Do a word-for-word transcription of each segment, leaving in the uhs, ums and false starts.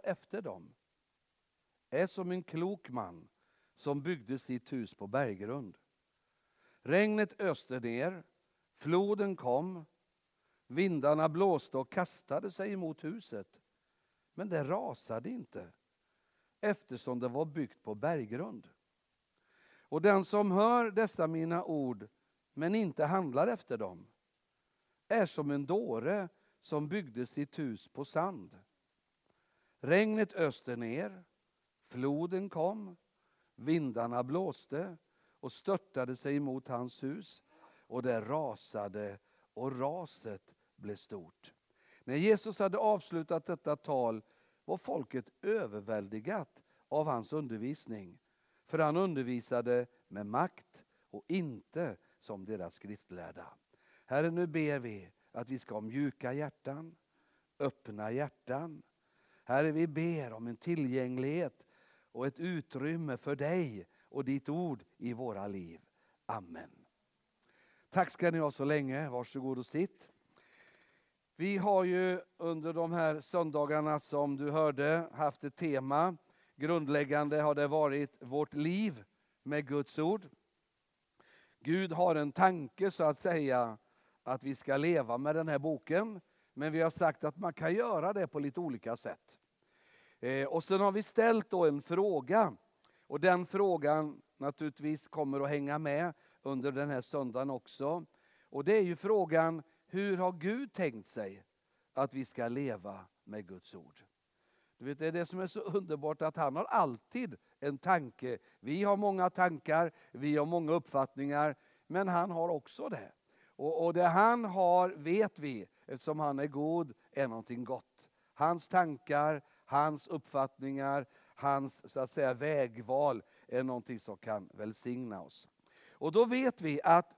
efter dem är som en klok man som byggde sitt hus på berggrund. Regnet öste ner, floden kom, vindarna blåste och kastade sig emot huset. Men det rasade inte, eftersom det var byggt på berggrund. Och den som hör dessa mina ord, men inte handlar efter dem, är som en dåre som byggde sitt hus på sand. Regnet öste ner, floden kom, vindarna blåste och störtade sig emot hans hus, och det rasade och raset blev stort. När Jesus hade avslutat detta tal var folket överväldigat av hans undervisning, för han undervisade med makt och inte som deras skriftlärda. Herre, nu ber vi att vi ska ha mjuka hjärtan, öppna hjärtan. Herre, vi ber om en tillgänglighet och ett utrymme för dig och ditt ord i våra liv. Amen. Tack ska ni ha så länge. Varsågod och sitt. Vi har ju under de här söndagarna, som du hörde, haft ett tema. Grundläggande har det varit vårt liv med Guds ord. Gud har en tanke, så att säga, att vi ska leva med den här boken. Men vi har sagt att man kan göra det på lite olika sätt. Eh, och sen har vi ställt då en fråga. Och den frågan naturligtvis kommer att hänga med under den här söndagen också. Och det är ju frågan, hur har Gud tänkt sig att vi ska leva med Guds ord? Du vet, det är det som är så underbart, att han har alltid en tanke. Vi har många tankar, vi har många uppfattningar, men han har också det. Och, och det han har, vet vi, eftersom han är god, är någonting gott. Hans tankar, hans uppfattningar, hans, så att säga, vägval är någonting som kan välsigna oss. Och då vet vi att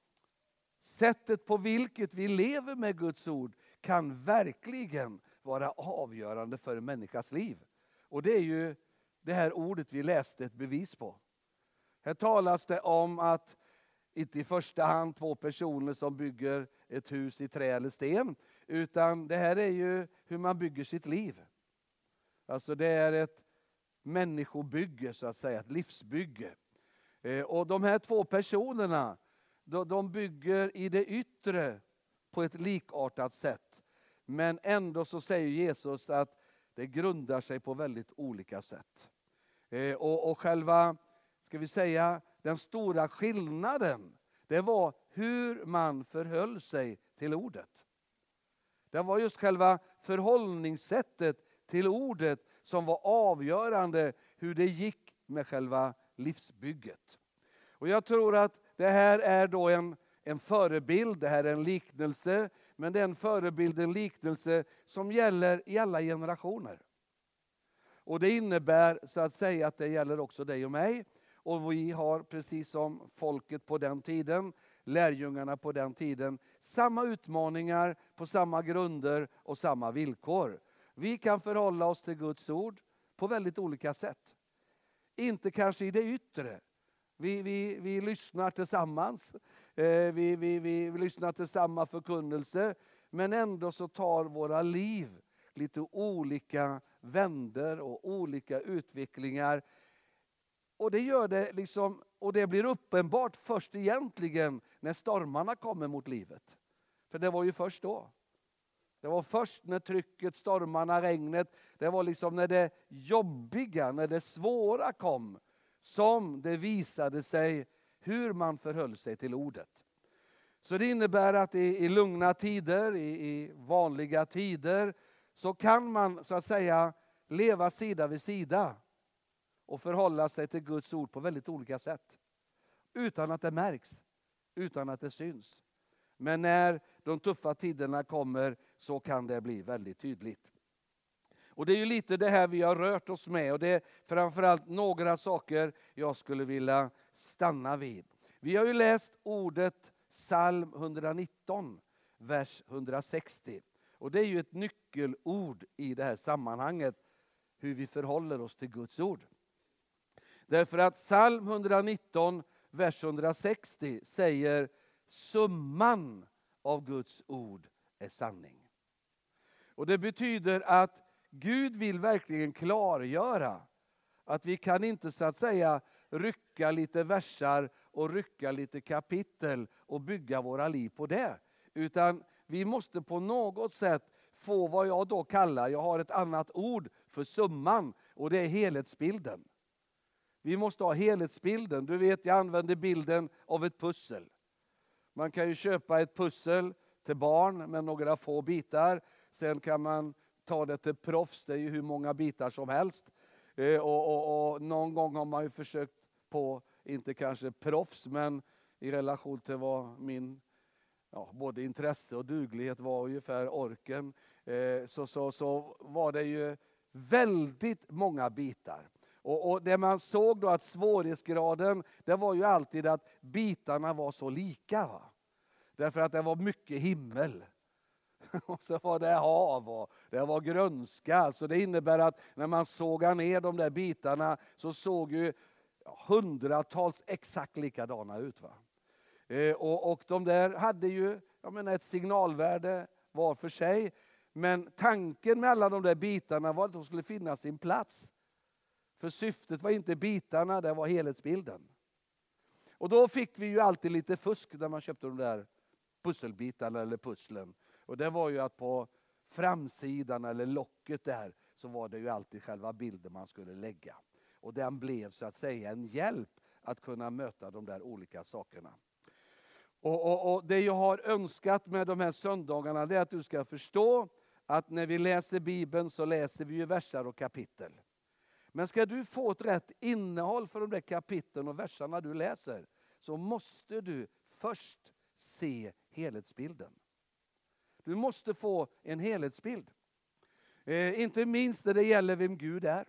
sättet på vilket vi lever med Guds ord kan verkligen vara avgörande för en människas liv. Och det är ju det här ordet vi läste ett bevis på. Här talas det om att inte i första hand två personer som bygger ett hus i trä eller sten, utan det här är ju hur man bygger sitt liv. Alltså det är ett människobygge, så att säga, ett livsbygge. Och de här två personerna, de bygger i det yttre på ett likartat sätt. Men ändå så säger Jesus att det grundar sig på väldigt olika sätt. Och, och själva, ska vi säga, den stora skillnaden, det var hur man förhöll sig till ordet. Det var just själva förhållningssättet till ordet som var avgörande hur det gick med själva livsbygget. Och jag tror att det här är då en, en förebild, det här är en liknelse, men det är en förebild, en liknelse som gäller i alla generationer. Och det innebär, så att säga, att det gäller också dig och mig. Och vi har, precis som folket på den tiden, lärjungarna på den tiden, samma utmaningar på samma grunder och samma villkor. Vi kan förhålla oss till Guds ord på väldigt olika sätt. Inte kanske i det yttre. Vi, vi, vi lyssnar tillsammans. Eh, vi, vi, vi, vi lyssnar till samma förkunnelse. Men ändå så tar våra liv lite olika vänder och olika utvecklingar. Och det gör det liksom, och det blir uppenbart först egentligen när stormarna kommer mot livet. För det var ju först då. Det var först när trycket, stormarna, regnet, det var liksom när det jobbiga, när det svåra kom, som det visade sig hur man förhöll sig till ordet. Så det innebär att i, i lugna tider, i, i vanliga tider, så kan man, så att säga, leva sida vid sida och förhålla sig till Guds ord på väldigt olika sätt. Utan att det märks, utan att det syns. Men när de tuffa tiderna kommer så kan det bli väldigt tydligt. Och det är ju lite det här vi har rört oss med, och det är framförallt några saker jag skulle vilja stanna vid. Vi har ju läst ordet psalm etthundranitton, vers etthundrasextio. Och det är ju ett nyckelord i det här sammanhanget, hur vi förhåller oss till Guds ord. Därför att psalm etthundranitton, vers etthundrasextio säger: summan av Guds ord är sanning. Och det betyder att Gud vill verkligen klargöra att vi kan inte så att säga rycka lite versar och rycka lite kapitel och bygga våra liv på det. Utan vi måste på något sätt få vad jag då kallar, jag har ett annat ord för summan, och det är helhetsbilden. Vi måste ha helhetsbilden. Du vet, jag använder bilden av ett pussel. Man kan ju köpa ett pussel till barn med några få bitar. Sen kan man ta det till proffs, det är ju hur många bitar som helst. Eh, och, och, och någon gång har man ju försökt på, inte kanske proffs, men i relation till vad min ja, både intresse och duglighet var, ungefär orken, eh, så, så, så var det ju väldigt många bitar. Och, och det man såg då att svårighetsgraden, det var ju alltid att bitarna var så lika. Va? Därför att det var mycket himmel. Och så var det hav och det var grönska. Så det innebär att när man sågar ner de där bitarna så såg ju hundratals exakt likadana ut. Va? Eh, och, och de där hade ju, jag menar, ett signalvärde var för sig. Men tanken med alla de där bitarna var att de skulle finna sin plats. För syftet var inte bitarna, det var helhetsbilden. Och då fick vi ju alltid lite fusk när man köpte de där pusselbitarna eller pusslen. Och det var ju att på framsidan eller locket där så var det ju alltid själva bilden man skulle lägga. Och den blev så att säga en hjälp att kunna möta de där olika sakerna. Och, och, och det jag har önskat med de här söndagarna, det är att du ska förstå att när vi läser Bibeln så läser vi ju versar och kapitel. Men ska du få ett rätt innehåll för de där kapitlen och verserna du läser, så måste du först se helhetsbilden. Du måste få en helhetsbild. Eh, inte minst när det gäller vem Gud är.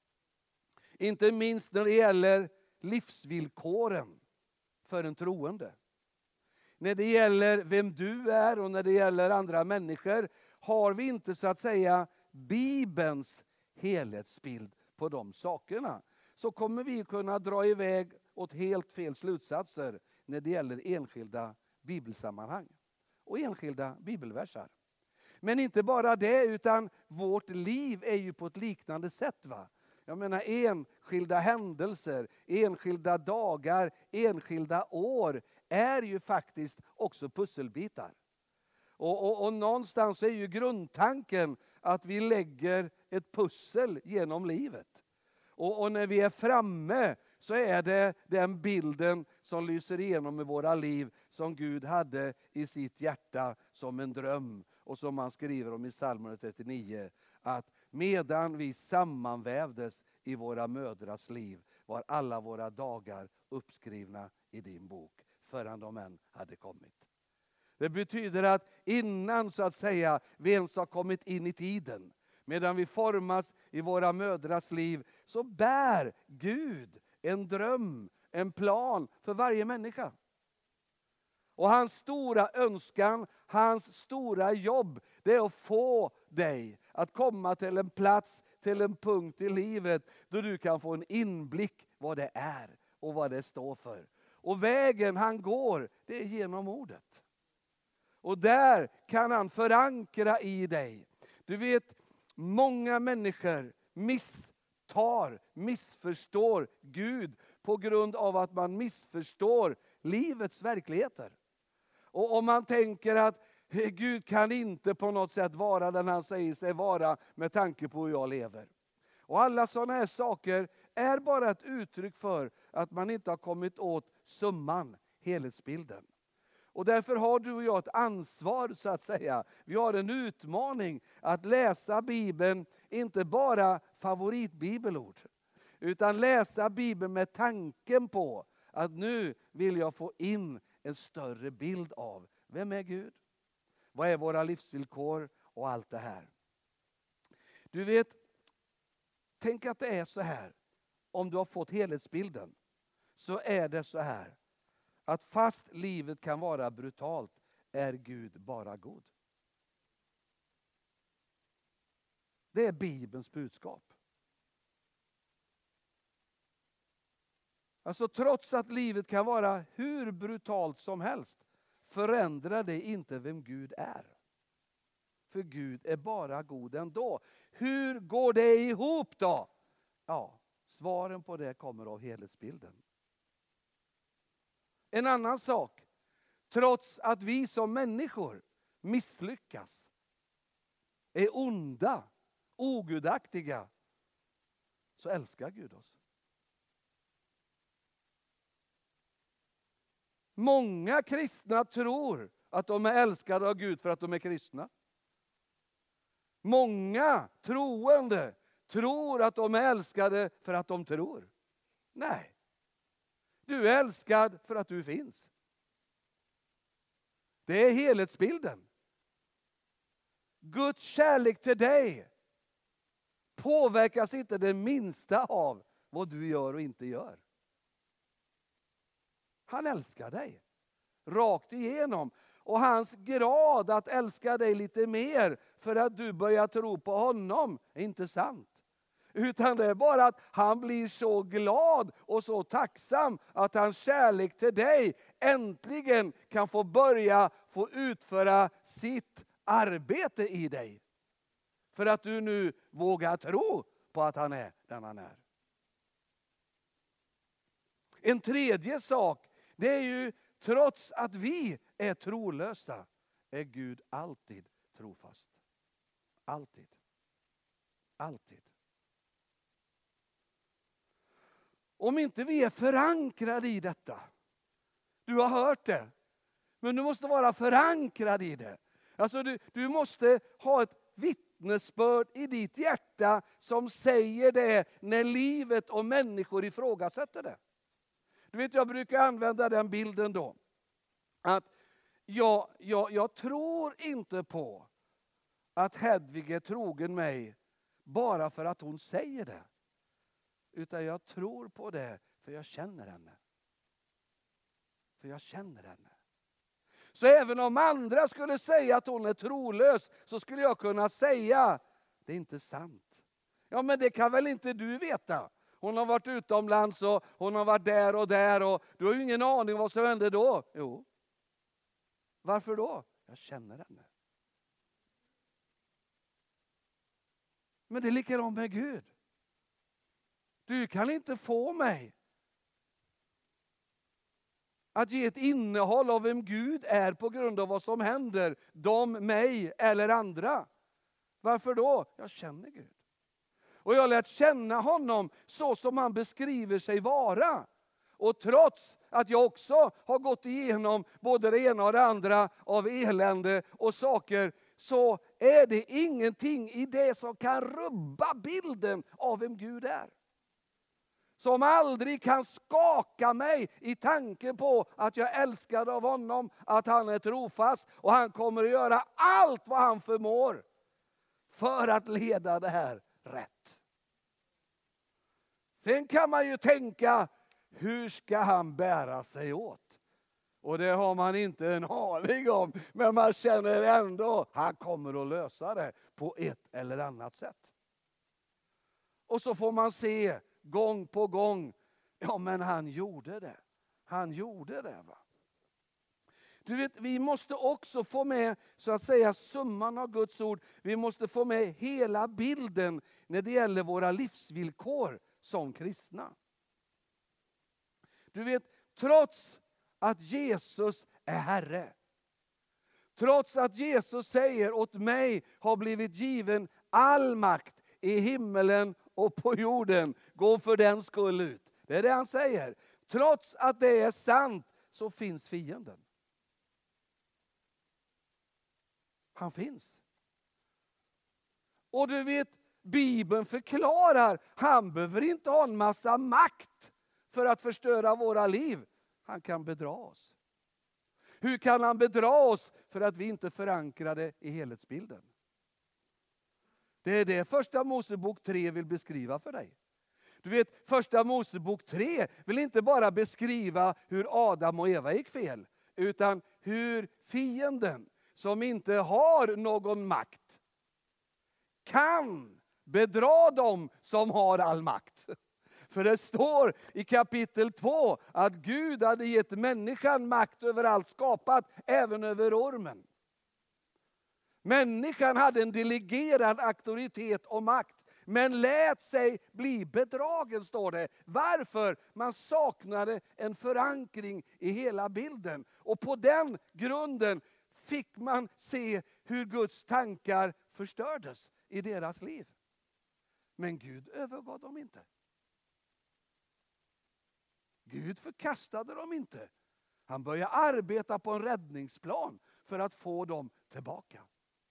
Inte minst när det gäller livsvillkoren för en troende. När det gäller vem du är och när det gäller andra människor har vi inte så att säga Bibelns helhetsbild på de sakerna, så kommer vi kunna dra iväg åt helt fel slutsatser när det gäller enskilda bibelsammanhang och enskilda bibelversar. Men inte bara det, utan vårt liv är ju på ett liknande sätt. Va? Jag menar, enskilda händelser, enskilda dagar, enskilda år är ju faktiskt också pusselbitar. Och, och, och någonstans är ju grundtanken att vi lägger ett pussel genom livet. Och, och när vi är framme så är det den bilden som lyser igenom i våra liv som Gud hade i sitt hjärta som en dröm. Och som man skriver om i Psalm trettionio, att medan vi sammanvävdes i våra mödrars liv var alla våra dagar uppskrivna i din bok förrän de än hade kommit. Det betyder att innan så att säga vi ens har kommit in i tiden, medan vi formas i våra mödrars liv, så bär Gud en dröm, en plan för varje människa. Och hans stora önskan, hans stora jobb, det är att få dig att komma till en plats, till en punkt i livet då du kan få en inblick vad det är och vad det står för. Och vägen han går, det är genom ordet. Och där kan han förankra i dig. Du vet, många människor misstar, missförstår Gud på grund av att man missförstår livets verkligheter. Och om man tänker att Gud kan inte på något sätt vara den han säger sig vara med tanke på hur jag lever. Och alla sådana här saker är bara ett uttryck för att man inte har kommit åt summan, helhetsbilden. Och därför har du och jag ett ansvar så att säga. Vi har en utmaning att läsa Bibeln, inte bara favoritbibelord. Utan läsa Bibeln med tanken på att nu vill jag få in en större bild av vem är Gud? Vad är våra livsvillkor och allt det här. Du vet, tänk att det är så här. Om du har fått helhetsbilden så är det så här. Att fast livet kan vara brutalt är Gud bara god. Det är Bibelns budskap. Alltså trots att livet kan vara hur brutalt som helst förändrar det inte vem Gud är. För Gud är bara god ändå. hur går det ihop då? Ja, svaren på det kommer av helhetsbilden. En annan sak, trots att vi som människor misslyckas, är onda, ogudaktiga, så älskar Gud oss. Många kristna tror att de är älskade av Gud för att de är kristna. Många troende tror att de är älskade för att de tror. Nej. Du är älskad för att du finns. Det är helhetsbilden. Guds kärlek till dig påverkas inte det minsta av vad du gör och inte gör. Han älskar dig rakt igenom. Och hans grad att älska dig lite mer för att du börjar tro på honom är inte sant. Utan det är bara att han blir så glad och så tacksam att hans kärlek till dig äntligen kan få börja få utföra sitt arbete i dig. För att du nu vågar tro på att han är den han är. En tredje sak, det är ju trots att vi är trolösa är Gud alltid trofast. Alltid. Alltid. Om inte vi är förankrade i detta. Du har hört det. Men du måste vara förankrad i det. Alltså du, du måste ha ett vittnesbörd i ditt hjärta som säger det när livet och människor ifrågasätter det. Du vet, jag brukar använda den bilden då. Att jag, jag, jag tror inte på att Hedvig är trogen mig bara för att hon säger det. Utan jag tror på det för jag känner henne. För jag känner henne. Så även om andra skulle säga att hon är trolös så skulle jag kunna säga det är inte sant. Ja, men det kan väl inte du veta. Hon har varit utomlands och hon har varit där och där och du har ju ingen aning vad som hände då. Jo. Varför då? Jag känner henne. Men det är likadant med Gud. Du kan inte få mig att ge ett innehåll av vem Gud är på grund av vad som händer dem, mig eller andra. Varför då? Jag känner Gud. Och jag har lärt känna honom så som han beskriver sig vara. Och trots att jag också har gått igenom både det ena och det andra av elände och saker, så är det ingenting i det som kan rubba bilden av vem Gud är. Som aldrig kan skaka mig i tanken på att jag är älskad av honom, att han är trofast och han kommer att göra allt vad han förmår för att leda det här rätt. Sen kan man ju tänka, hur ska han bära sig åt? Och det har man inte en aning om, men man känner ändå, han kommer att lösa det på ett eller annat sätt. Och så får man se gång på gång, ja men han gjorde det. Han gjorde det va. Du vet, vi måste också få med så att säga summan av Guds ord. Vi måste få med hela bilden när det gäller våra livsvillkor som kristna. Du vet, trots att Jesus är Herre. Trots att Jesus säger åt mig har blivit given all makt i himmelen och på jorden. Gå för den skull ut. Det är det han säger. Trots att det är sant så finns fienden. Han finns. Och du vet, Bibeln förklarar, han behöver inte ha en massa makt för att förstöra våra liv. Han kan bedra oss. Hur kan han bedra oss? För att vi inte är förankrade i helhetsbilden. Det är det första Mosebok tre vill beskriva för dig. Du vet, första Mosebok tre vill inte bara beskriva hur Adam och Eva gick fel. Utan hur fienden, som inte har någon makt, kan bedra dem som har all makt. För det står i kapitel två att Gud hade gett människan makt över allt skapat, även över ormen. Människan hade en delegerad auktoritet och makt. Men lät sig bli bedragen, står det. Varför? Man saknade en förankring i hela bilden. Och på den grunden fick man se hur Guds tankar förstördes i deras liv. Men Gud övergav dem inte. Gud förkastade dem inte. Han började arbeta på en räddningsplan för att få dem tillbaka.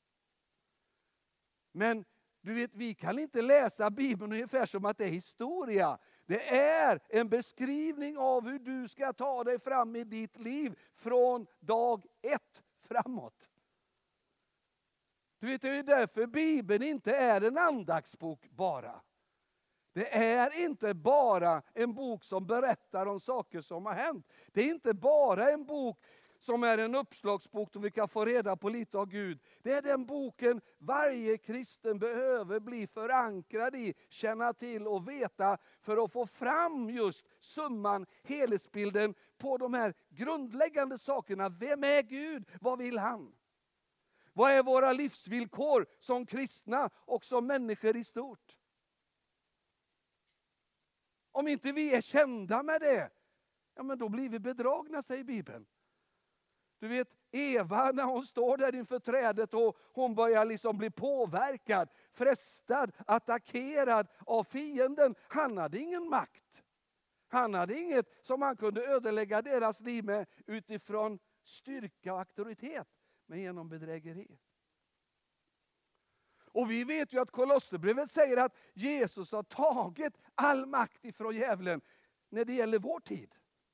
Men du vet, vi kan inte läsa Bibeln ungefär som att det är historia. Det är en beskrivning av hur du ska ta dig fram i ditt liv från dag ett framåt. Du vet, det är därför Bibeln inte är en andaktsbok bara. Det är inte bara en bok som berättar om saker som har hänt. Det är inte bara en bok som är en uppslagsbok där vi kan få reda på lite av Gud. Det är den boken varje kristen behöver bli förankrad i, känna till och veta för att få fram just summan, helhetsbilden på de här grundläggande sakerna. Vem är Gud? Vad vill han? Vad är våra livsvillkor som kristna och som människor i stort? Om inte vi är kända med det, ja men då blir vi bedragna, säger Bibeln. Du vet, Eva när hon står där inför trädet och hon börjar liksom bli påverkad, frestad, attackerad av fienden. Han hade ingen makt. Han hade inget som han kunde ödelägga deras liv med utifrån styrka och auktoritet, men genom bedrägeri. Och vi vet ju att Kolosserbrevet säger att Jesus har tagit all makt ifrån djävulen när det gäller vår tid.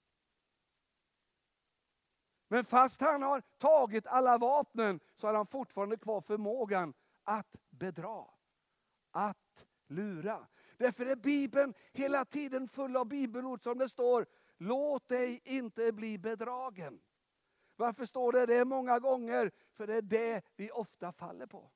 Men fast han har tagit alla vapnen så har han fortfarande kvar förmågan att bedra, att lura. Därför är Bibeln hela tiden full av bibelord som det står: låt dig inte bli bedragen. Varför står det det många gånger? För det är det vi ofta faller på.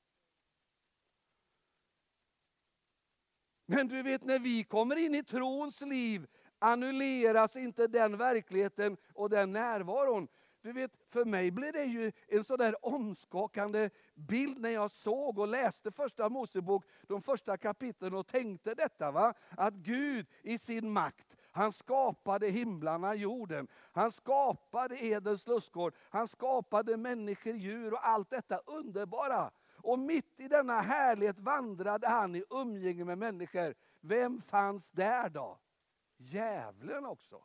Men du vet, när vi kommer in i trons liv annulleras inte den verkligheten och den närvaron. Du vet, för mig blev det ju en så där omskakande bild när jag såg och läste första Mosebok, de första kapitlen och tänkte detta, va? Att Gud i sin makt, han skapade himlarna, jorden. Han skapade Edens lustgård. Han skapade människor, djur och allt detta underbara. Och mitt i denna härlighet vandrade han i umgänge med människor. Vem fanns där då? Djävulen också.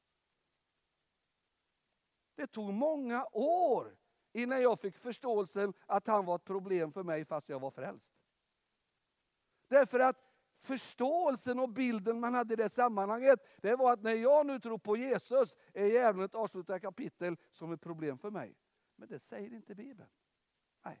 Det tog många år innan jag fick förståelsen att han var ett problem för mig fast jag var frälst. Därför att förståelsen och bilden man hade i det sammanhanget, det var att när jag nu tror på Jesus är djävulen ett avslutat kapitel som ett problem för mig. Men det säger inte Bibeln. Nej.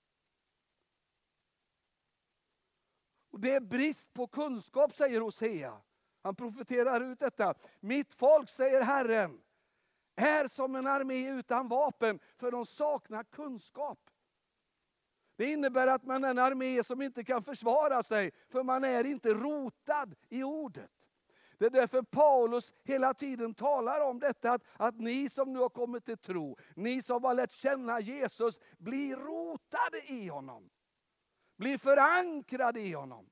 Och det är brist på kunskap, säger Hosea. Han profeterar ut detta. Mitt folk, säger Herren, är som en armé utan vapen, för de saknar kunskap. Det innebär att man är en armé som inte kan försvara sig, för man är inte rotad i ordet. Det är därför Paulus hela tiden talar om detta, att, att ni som nu har kommit till tro, ni som har lärt känna Jesus, blir rotade i honom. Blir förankrade i honom.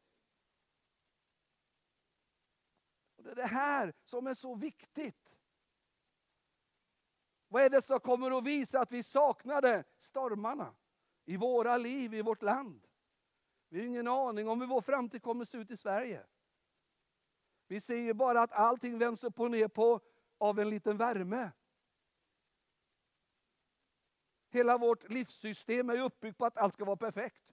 Och det är det här som är så viktigt. Vad är det som kommer att visa att vi saknade stormarna i våra liv, i vårt land? Vi har ingen aning om hur vår framtid kommer att se ut i Sverige. Vi ser ju bara att allting vänds upp och ner på av en liten värme. Hela vårt livssystem är uppbyggt på att allt ska vara perfekt.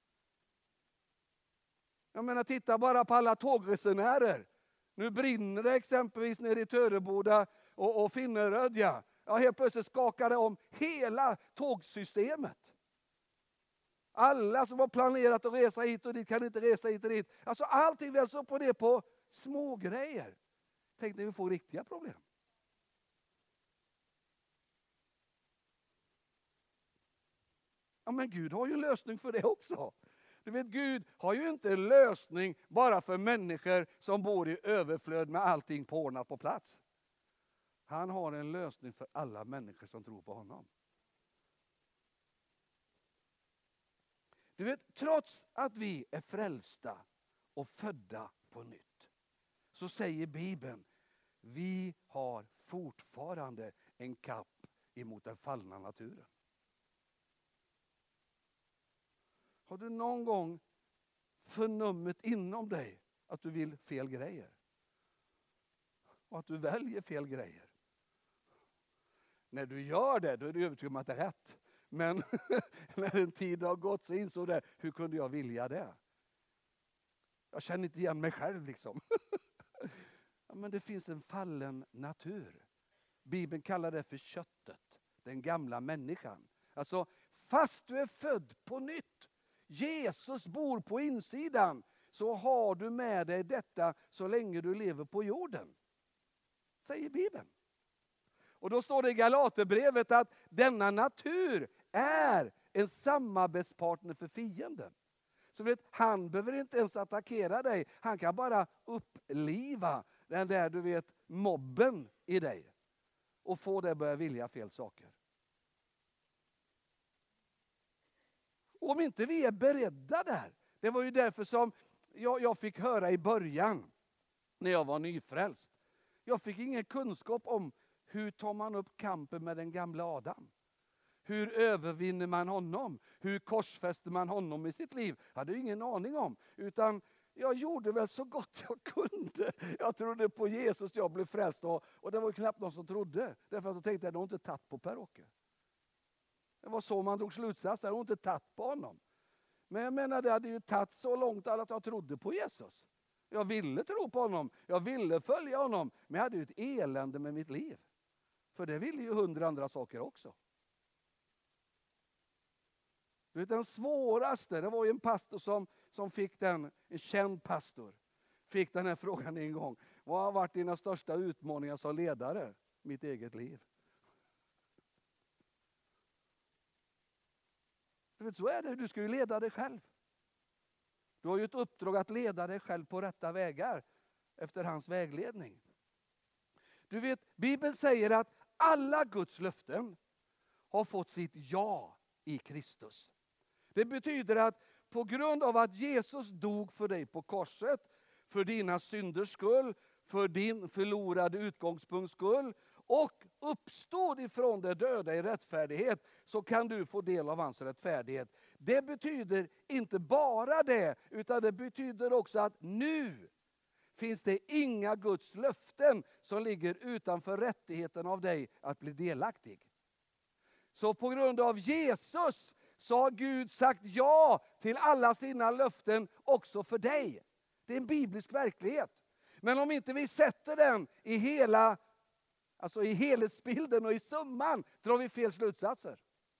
Jag menar, titta bara på alla tågresenärer. Nu brinner det exempelvis nere i Töreboda och, och Finnerödja. Ja, helt plötsligt skakar det om hela tågsystemet. Alla som har planerat att resa hit och dit kan inte resa hit och dit. Alltså allting väls upp på det på små grejer. Tänk när vi får riktiga problem. Ja, men Gud har ju en lösning för det också. Du vet, Gud har ju inte en lösning bara för människor som bor i överflöd med allting påordnat på plats. Han har en lösning för alla människor som tror på honom. Du vet, trots att vi är frälsta och födda på nytt, så säger Bibeln, vi har fortfarande en kamp emot den fallna naturen. Har du någon gång förnummet inom dig att du vill fel grejer? Och att du väljer fel grejer? När du gör det, då är du övertygad om att det är rätt. Men när en tid har gått så insåg det, hur kunde jag vilja det? Jag känner inte igen mig själv liksom. Ja, men det finns en fallen natur. Bibeln kallar det för köttet, den gamla människan. Alltså, fast du är född på nytt, Jesus bor på insidan, så har du med dig detta så länge du lever på jorden. Säger Bibeln. Och då står det i Galaterbrevet att denna natur är en samarbetspartner för fienden. Så vet, han behöver inte ens attackera dig. Han kan bara uppliva den där, du vet, mobben i dig. Och få dig att börja vilja fel saker. Och om inte vi är beredda där. Det var ju därför som jag, jag fick höra i början, när jag var nyfrälst. Jag fick ingen kunskap om hur tar man upp kampen med den gamla Adam. Hur övervinner man honom? Hur korsfäster man honom i sitt liv? Jag hade ingen aning om. Utan jag gjorde väl så gott jag kunde. Jag trodde på Jesus, jag blev frälst. Och, och det var ju knappt någon som trodde. Därför att jag tänkte att de inte tagit på Per-Åke. Det var så man drog slutsats. De inte tagit på honom. Men jag menar, det hade ju tagit så långt att jag trodde på Jesus. Jag ville tro på honom. Jag ville följa honom. Men jag hade ju ett elände med mitt liv. För det ville ju hundra andra saker också. Du vet, den svåraste, det var ju en pastor som, som fick den, en känd pastor, fick den här frågan en gång. Vad har varit dina största utmaningar som ledare? Mitt eget liv. Du vet, så är det, du ska ju leda dig själv. Du har ju ett uppdrag att leda dig själv på rätta vägar efter hans vägledning. Du vet, Bibeln säger att alla Guds löften har fått sitt ja i Kristus. Det betyder att på grund av att Jesus dog för dig på korset, för dina synders skull, för din förlorade utgångspunkts skull och uppstod ifrån det döda i rättfärdighet, så kan du få del av hans rättfärdighet. Det betyder inte bara det, utan det betyder också att nu finns det inga Guds löften som ligger utanför rättigheten av dig att bli delaktig. Så på grund av Jesus så har Gud sagt ja till alla sina löften också för dig. Det är en biblisk verklighet. Men om inte vi sätter den i hela, alltså i helhetsbilden och i summan, drar vi fel slutsatser.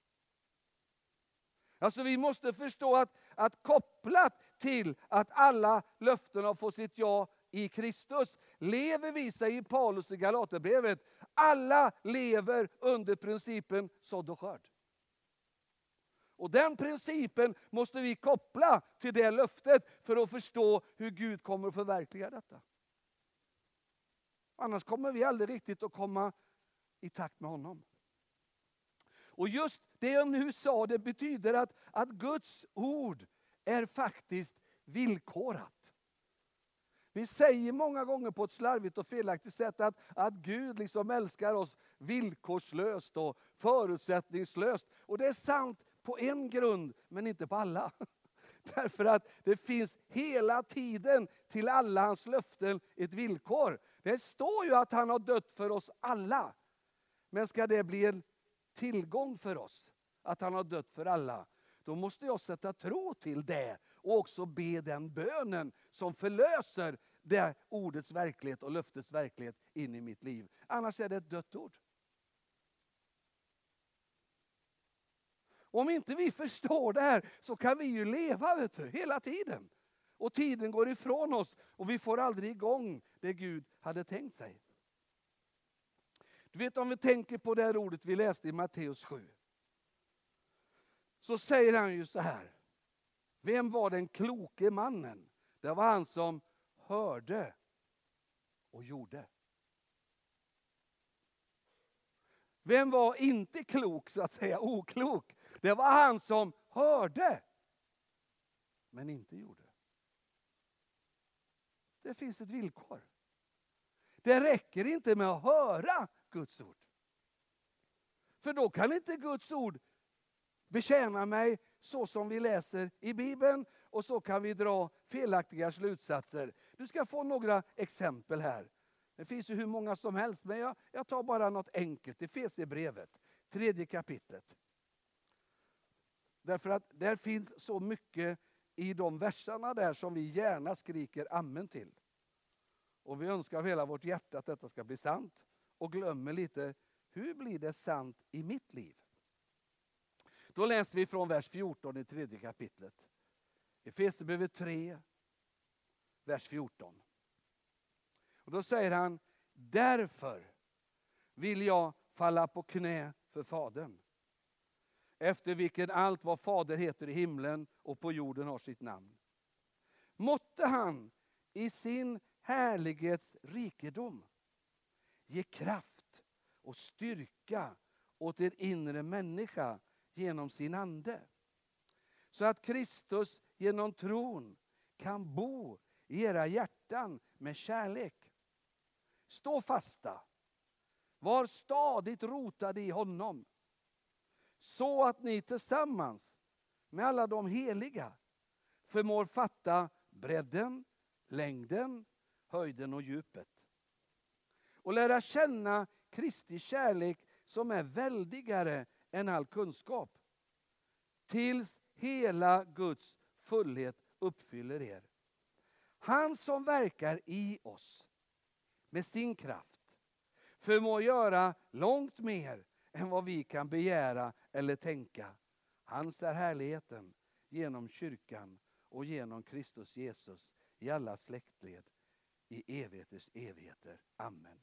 Alltså vi måste förstå att, att kopplat till att alla löften har fått sitt ja i Kristus, lever vi, säger Paulus i Galaterbrevet, alla lever under principen sådd och skörd. Och den principen måste vi koppla till det löftet för att förstå hur Gud kommer att förverkliga detta. Annars kommer vi aldrig riktigt att komma i takt med honom. Och just det jag nu sa, det betyder att, att Guds ord är faktiskt villkorat. Vi säger många gånger på ett slarvigt och felaktigt sätt att, att Gud liksom älskar oss villkorslöst och förutsättningslöst. Och det är sant på en grund, men inte på alla. Därför att det finns hela tiden till alla hans löften ett villkor. Det står ju att han har dött för oss alla. Men ska det bli en tillgång för oss, att han har dött för alla, då måste jag sätta tro till det och också be den bönen som förlöser det ordets verklighet och löftets verklighet in i mitt liv. Annars är det ett dött ord. Om inte vi förstår det här så kan vi ju leva, vet du, hela tiden. Och tiden går ifrån oss och vi får aldrig igång det Gud hade tänkt sig. Du vet, om vi tänker på det här ordet vi läste i Matteus sju. Så säger han ju så här. Vem var den kloke mannen? Det var han som hörde och gjorde. Vem var inte klok, så att säga oklok? Det var han som hörde. men inte gjorde. Det finns ett villkor. Det räcker inte med att höra Guds ord. För då kan inte Guds ord betjäna mig så som vi läser i Bibeln, och så kan vi dra felaktiga slutsatser. Du ska få några exempel här. Det finns ju hur många som helst, men jag, jag tar bara något enkelt. Efesierbrevet, tredje kapitlet. Därför att där finns så mycket i de verserna där som vi gärna skriker amen till. Och vi önskar av hela vårt hjärta att detta ska bli sant. Och glömmer lite, hur blir det sant i mitt liv? Då läser vi från vers fjorton i tredje kapitlet. Efesierbrevet tre, vers fjorton. Och då säger han, därför vill jag falla på knä för Fadern, efter vilken allt vad Fader heter i himlen och på jorden har sitt namn. Måtte han i sin härlighets rikedom ge kraft och styrka åt er inre människa genom sin ande, så att Kristus genom tron kan bo i era hjärtan med kärlek. Stå fasta, var stadigt rotade i honom, så att ni tillsammans med alla de heliga förmår fatta bredden, längden, höjden och djupet. Och lära känna Kristi kärlek som är väldigare än all kunskap, tills hela Guds fullhet uppfyller er. Han som verkar i oss med sin kraft förmår göra långt mer än vad vi kan begära eller tänka. Hans är härligheten genom kyrkan och genom Kristus Jesus i alla släktled i evigheters evigheter. Amen.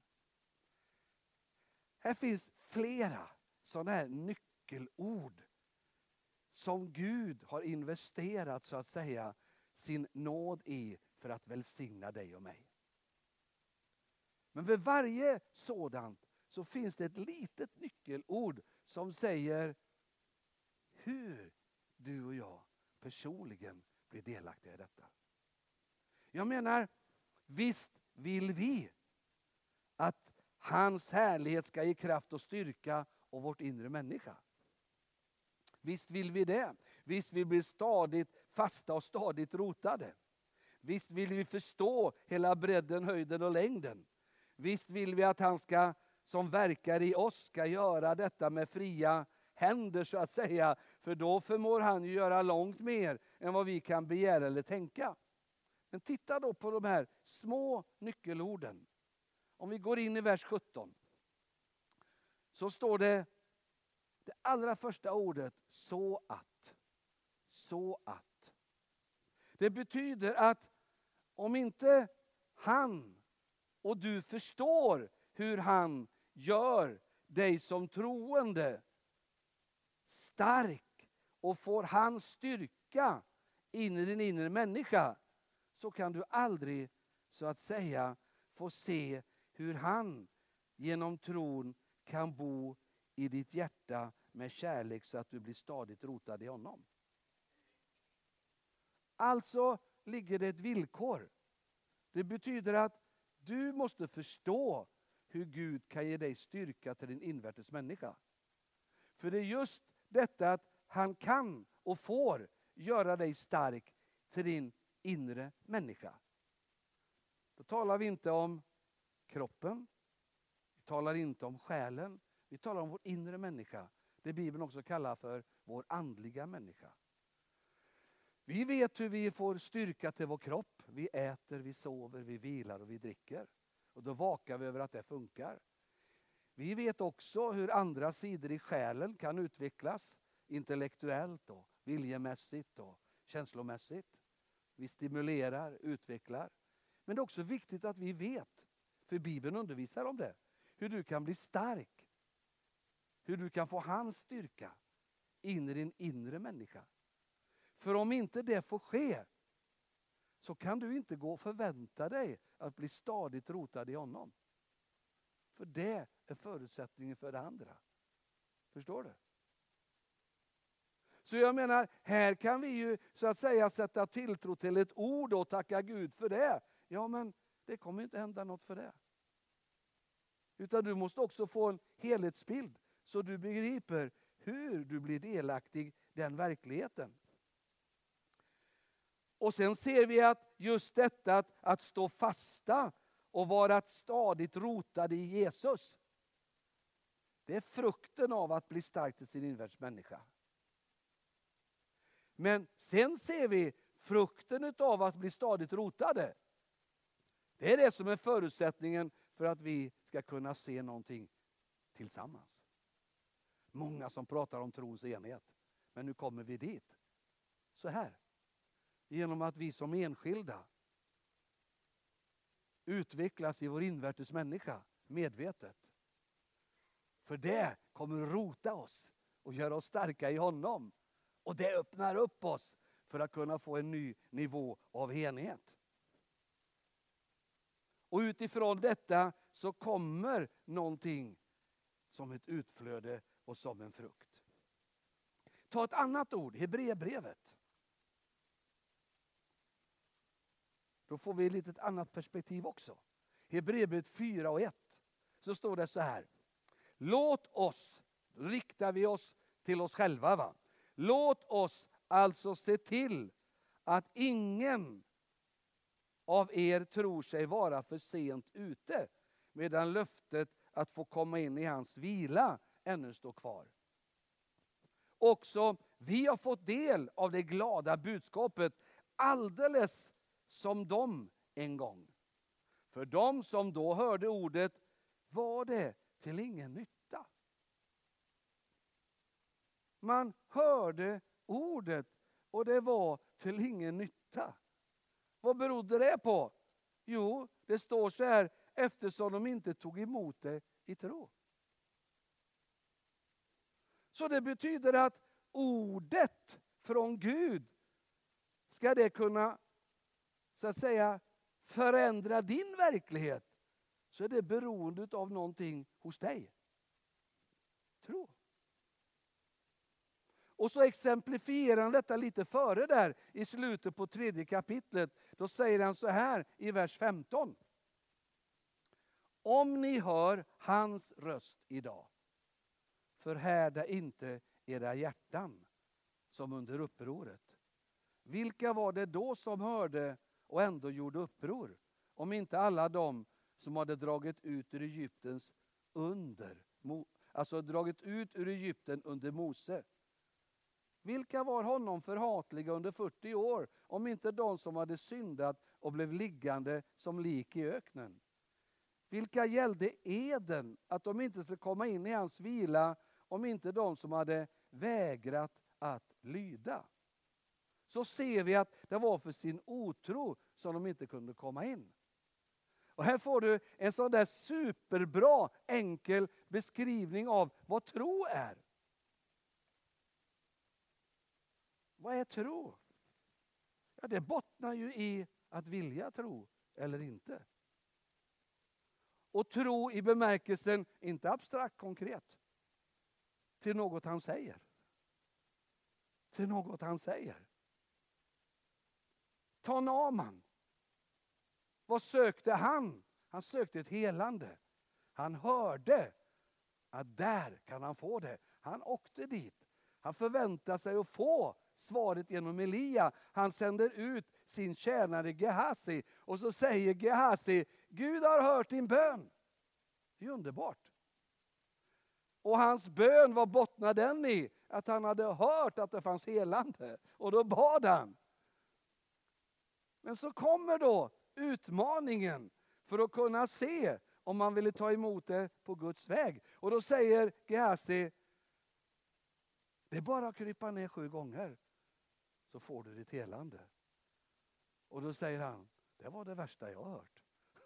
Här finns flera sådana här nyckelord som Gud har investerat, så att säga, sin nåd i för att välsigna dig och mig. Men vid varje sådant så finns det ett litet nyckelord som säger hur du och jag personligen blir delaktiga i detta. Jag menar, visst vill vi att hans härlighet ska ge kraft och styrka och vårt inre människa. Visst vill vi det. Visst vill vi bli stadigt fasta och stadigt rotade. Visst vill vi förstå hela bredden, höjden och längden. Visst vill vi att han ska, som verkar i oss, ska göra detta med fria händer, så att säga. För då förmår han ju göra långt mer än vad vi kan begära eller tänka. Men titta då på de här små nyckelorden. Om vi går in i vers sjutton. Så står det det allra första ordet, så att. Så att. Det betyder att om inte han och du förstår hur han gör dig som troende stark och får hans styrka in i din inre människa, så kan du aldrig, så att säga, få se hur han genom tron kan bo i ditt hjärta med kärlek, så att du blir stadigt rotad i honom. Alltså ligger det ett villkor. Det betyder att du måste förstå hur Gud kan ge dig styrka till din invärtes människa. För det är just detta att han kan och får göra dig stark till din inre människa. Då talar vi inte om kroppen. Vi talar inte om själen. Vi talar om vår inre människa. Det Bibeln också kallar för vår andliga människa. Vi vet hur vi får styrka till vår kropp. Vi äter, vi sover, vi vilar och vi dricker. Och då vakar vi över att det funkar. Vi vet också hur andra sidor i själen kan utvecklas. Intellektuellt och viljemässigt och känslomässigt. Vi stimulerar, utvecklar. Men det är också viktigt att vi vet, för Bibeln undervisar om det, hur du kan bli stark. Hur du kan få hans styrka in i din inre människa. För om inte det får ske, så kan du inte gå och förvänta dig att bli stadigt rotad i honom. För det är förutsättningen för det andra. Förstår du? Så jag menar, här kan vi ju så att säga sätta tilltro till ett ord och tacka Gud för det. Ja, men det kommer inte hända något för det. Utan du måste också få en helhetsbild så du begriper hur du blir delaktig den verkligheten. Och sen ser vi att just detta att, att stå fasta och vara stadigt rotad i Jesus. Det är frukten av att bli stark till sin invärldsmänniska. Men sen ser vi frukten av att bli stadigt rotade. Det är det som är förutsättningen för att vi ska kunna se någonting tillsammans. Många som pratar om trons enhet. Men nu kommer vi dit. Så här. Genom att vi som enskilda utvecklas i vår invärtes människa medvetet. För det kommer att rota oss och göra oss starka i honom. Och det öppnar upp oss för att kunna få en ny nivå av enhet. Och utifrån detta så kommer någonting som ett utflöde och som en frukt. Ta ett annat ord, Hebreerbrevet. Då får vi ett litet annat perspektiv också. Hebreerbrevet fyra och ett. Så står det så här. Låt oss, riktar vi oss till oss själva va. Låt oss alltså se till att ingen av er tror sig vara för sent ute, medan löftet att få komma in i hans vila ännu står kvar. Också vi har fått del av det glada budskapet alldeles som de en gång. För de som då hörde ordet var det till ingen nytta. Man hörde ordet och det var till ingen nytta. Vad berodde det på? Jo, det står så här, eftersom de inte tog emot det i tro. Så det betyder att ordet från Gud, ska det kunna så att säga förändra din verklighet, så är det beroende av någonting hos dig. Tro. Och så exemplifierar han detta lite före där i slutet på tredje kapitlet. Då säger han så här i vers femton. Om ni hör hans röst idag, förhärda inte era hjärtan som under upproret. Vilka var det då som hörde och ändå gjorde uppror? Om inte alla de som hade dragit ut ur Egyptens under, alltså dragit ut ur Egypten under Mose. Vilka var honom förhatliga under fyrtio år, om inte de som hade syndat och blev liggande som lik i öknen? Vilka gällde eden att de inte skulle komma in i hans vila, om inte de som hade vägrat att lyda? Så ser vi att det var för sin otro som de inte kunde komma in. Och här får du en sån där superbra, enkel beskrivning av vad tro är. Vad är tro? Ja, det bottnar ju i att vilja tro eller inte. Och tro i bemärkelsen, inte abstrakt konkret, till något han säger. Till något han säger. Ta Naaman. Vad sökte han? Han sökte ett helande. Han hörde att där kan han få det. Han åkte dit. Han förväntade sig att få svaret genom Elia. Han sänder ut sin tjänare Gehazi. Och så säger Gehazi, Gud har hört din bön. Det är underbart. Och hans bön, vad bottnade den i? Att han hade hört att det fanns helande. Och då bad han. Men så kommer då utmaningen för att kunna se om man ville ta emot det på Guds väg. Och då säger Gehazi, det är bara att krypa ner sju gånger så får du ditt helande. Och då säger han, det var det värsta jag har hört.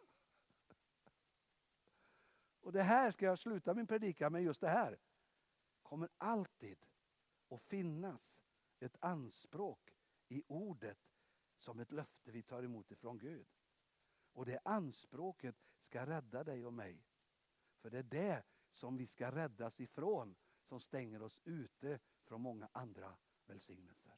Och det här ska jag sluta min predikan med, just det här. Kommer alltid att finnas ett anspråk i ordet som ett löfte vi tar emot ifrån Gud. Och det anspråket ska rädda dig och mig. För det är det som vi ska räddas ifrån, som stänger oss ute från många andra välsignelser.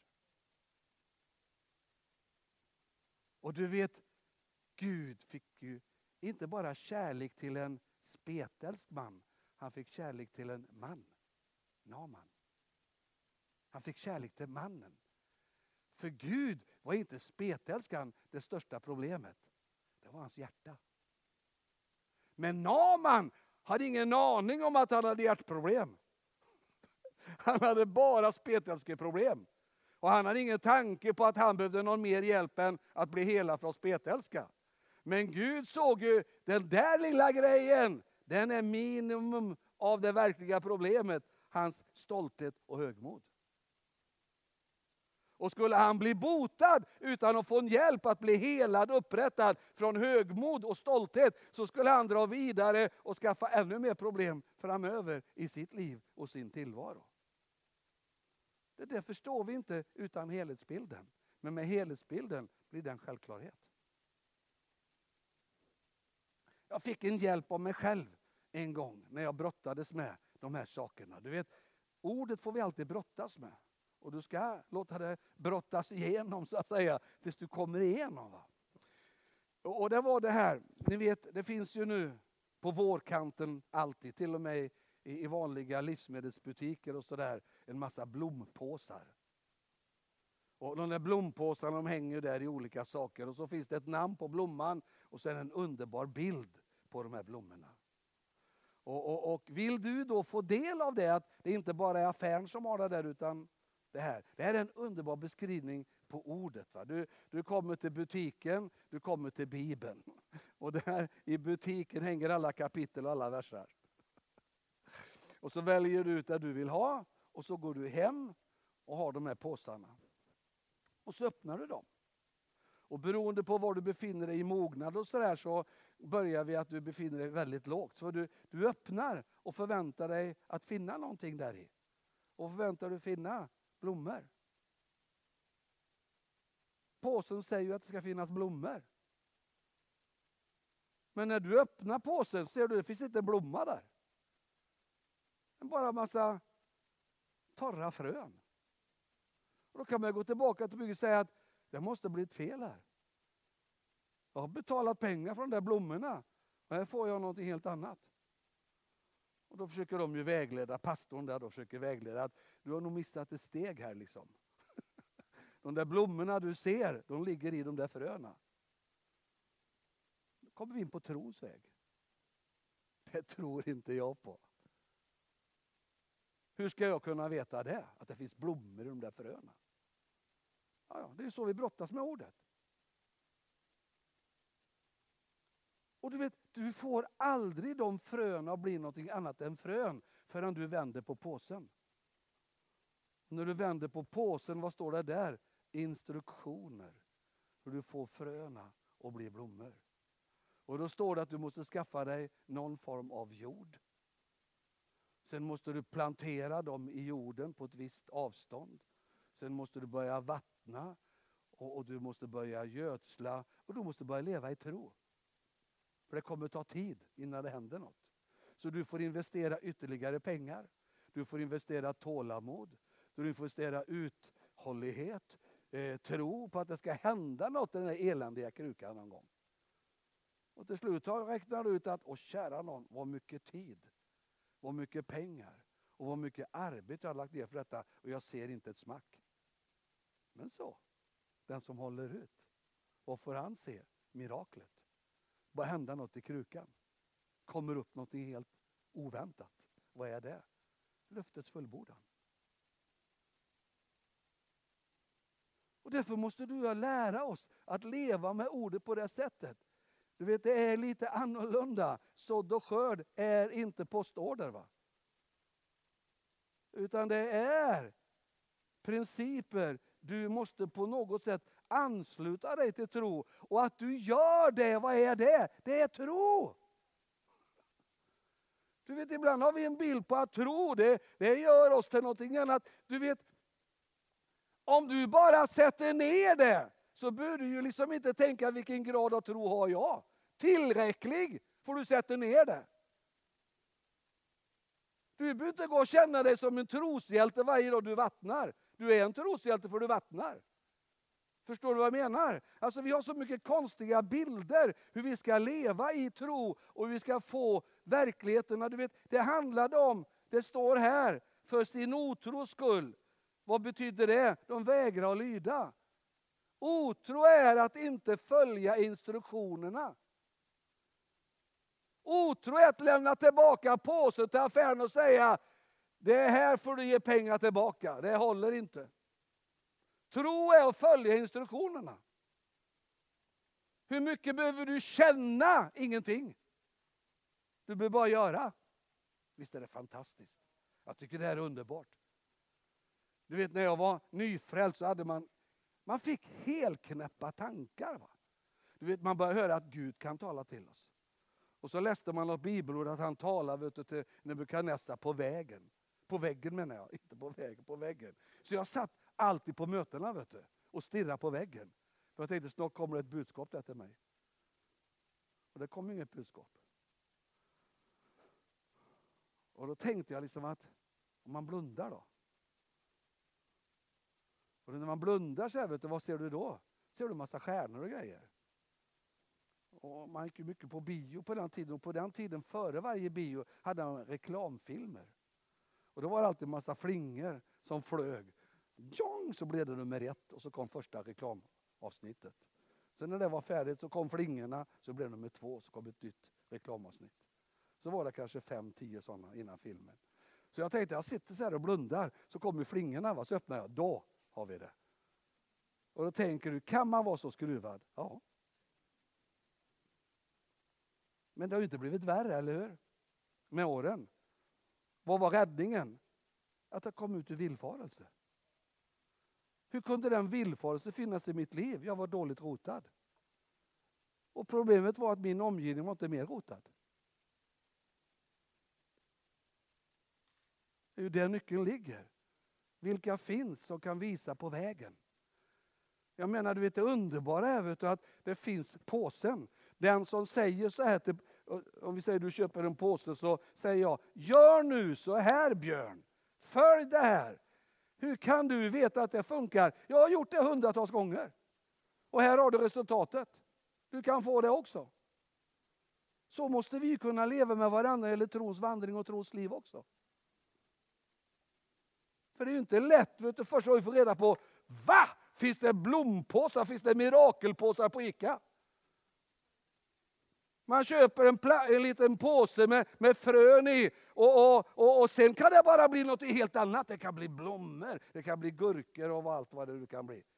Och du vet, Gud fick ju inte bara kärlek till en spetälsk man. Han fick kärlek till en man. Naaman. Han fick kärlek till mannen. För Gud var inte spetälskan det största problemet. Det var hans hjärta. Men Naaman hade ingen aning om att han hade hjärtproblem. Han hade bara spetälskeproblem. Och han hade ingen tanke på att han behövde någon mer hjälp än att bli helad från spetälska. Men Gud såg ju den där lilla grejen. Den är minimum av det verkliga problemet. Hans stolthet och högmod. Och skulle han bli botad utan att få en hjälp att bli helad och upprättad från högmod och stolthet, så skulle han dra vidare och skaffa ännu mer problem framöver i sitt liv och sin tillvaro. Det där förstår vi inte utan helhetsbilden. Men med helhetsbilden blir det en självklarhet. Jag fick en hjälp av mig själv en gång när jag brottades med de här sakerna. Du vet, ordet får vi alltid brottas med. Och du ska låta det brottas igenom, så att säga, tills du kommer igenom. Va? Och, och det var det här, ni vet, det finns ju nu på vårkanten alltid, till och med i, i vanliga livsmedelsbutiker och sådär, en massa blompåsar. Och de där blompåsarna, de hänger där i olika saker. Och så finns det ett namn på blomman och så är det en underbar bild på de här blommorna. Och, och, och vill du då få del av det, att det inte bara är affären som har det där, utan det här. Det här är en underbar beskrivning på ordet. Va? Du, du kommer till butiken, du kommer till Bibeln. Och där i butiken hänger alla kapitel och alla verser. Och så väljer du ut det du vill ha. Och så går du hem och har de här påsarna. Och så öppnar du dem. Och beroende på var du befinner dig i mognad och så där, så börjar vi att du befinner dig väldigt lågt. Så du, du öppnar och förväntar dig att finna någonting där i. Och förväntar du finna blommor. Påsen säger ju att det ska finnas blommor. Men när du öppnar påsen ser du att det finns inte en blomma där. Det är bara en massa torra frön. Och då kan man gå tillbaka till bygget och säga att det måste bli ett fel här. Jag har betalat pengar för de där blommorna. Men här får jag något helt annat. Och då försöker de ju vägleda, pastorn där då försöker vägleda att du har nog missat ett steg här liksom. De där blommorna du ser, de ligger i de där fröna. Då kommer vi in på trons väg. Det tror inte jag på. Hur ska jag kunna veta det? Att det finns blommor i de där fröna. Ja, ja, det är så vi brottas med ordet. Och du vet, du får aldrig de fröna att bli något annat än frön förrän du vänder på påsen. När du vänder på påsen, vad står det där? Instruktioner. Hur du får fröna och bli blommor. Och då står det att du måste skaffa dig någon form av jord. Sen måste du plantera dem i jorden på ett visst avstånd. Sen måste du börja vattna och, och du måste börja gödsla och du måste börja leva i tro. För det kommer ta tid innan det händer något. Så du får investera ytterligare pengar. Du får investera tålamod. Du får investera uthållighet. Eh, tro på att det ska hända något i den här eländiga krukan någon gång. Och till slut räknar du ut att, åh kära någon, vad mycket tid. Vad mycket pengar. Och vad mycket arbete jag har lagt ner för detta. Och jag ser inte ett smack. Men så, den som håller ut. Vad får han se? Miraklet. Vad händer något i krukan? Kommer upp något helt oväntat. Vad är det? Löftets fullbordan. Och därför måste du och lära oss att leva med ordet på det sättet. Du vet, det är lite annorlunda. Sådd och skörd är inte postorder, va? Utan det är principer. Du måste på något sätt ansluta dig till tro. Och att du gör det, vad är det? Det är tro. Du vet, ibland har vi en bild på att tro, det, det gör oss till någonting annat. Du vet, om du bara sätter ner det, så bör du ju liksom inte tänka vilken grad av tro har jag. Tillräcklig får du sätta ner det. Du behöver inte gå och känna dig som en troshjälte varje dag du vattnar. Du är en troshjälte för du vattnar. Förstår du vad jag menar? Alltså vi har så mycket konstiga bilder hur vi ska leva i tro och hur vi ska få verkligheterna. Du vet, det handlade om, det står här, för sin otros skull. Vad betyder det? De vägrar att lyda. Otro är att inte följa instruktionerna. Otro är att lämna tillbaka påsen till affären och säga, det här får du ge pengar tillbaka, det håller inte. Tro är att följa instruktionerna. Hur mycket behöver du känna? Ingenting. Du behöver bara göra. Visst är det fantastiskt. Jag tycker det här är underbart. Du vet när jag var nyfrälst så hade man, man fick helknäppa tankar. Va? Du vet man började höra att Gud kan tala till oss. Och så läste man något bibelord att han talar vet du, till Nebukadnessar på vägen. På väggen menar jag, inte på vägen, på väggen. Så jag satt alltid på mötena vet du, och stirrade på väggen. För jag tänkte snart kommer ett budskap där till mig. Och det kom inget budskap. Och då tänkte jag liksom att om man blundar då. Och när man blundar så här, vet du, vad ser du då? Ser du en massa stjärnor och grejer. Och man gick ju mycket på bio på den tiden. Och på den tiden före varje bio hade man reklamfilmer. Och då var det alltid en massa flingor som flög. Jong, så blev det nummer ett och så kom första reklamavsnittet. Sen när det var färdigt så kom flingorna, så blev det nummer två så kom ett nytt reklamavsnitt. Så var det kanske fem, tio sådana innan filmen. Så jag tänkte, jag sitter så här och blundar, så kommer flingorna, va? Så öppnar jag, då har vi det. Och då tänker du, kan man vara så skruvad? Ja. Men det har ju inte blivit värre, eller hur? Med åren. Vad var räddningen? Att det kom ut ur villfarelse. Hur kunde den villfarelse finnas i mitt liv? Jag var dåligt rotad. Och problemet var att min omgivning var inte mer rotad. Det är ju där nyckeln ligger. Vilka finns som kan visa på vägen? Jag menar, du vet det underbara är vet du, att det finns påsen. Den som säger så här, till, om vi säger du köper en påse så säger jag, gör nu så här Björn. Följ det här. Hur kan du veta att det funkar? Jag har gjort det hundratals gånger. Och här har du resultatet. Du kan få det också. Så måste vi kunna leva med varandra eller trons vandring och trons liv också. För det är ju inte lätt, vet du, först har vi får reda på, va? Finns det blompåsar, finns det mirakelpåsar på Ica? Man köper en, pla- en liten påse med, med frön i och, och, och, och sen kan det bara bli något helt annat. Det kan bli blommor, det kan bli gurkor och allt vad det nu kan bli.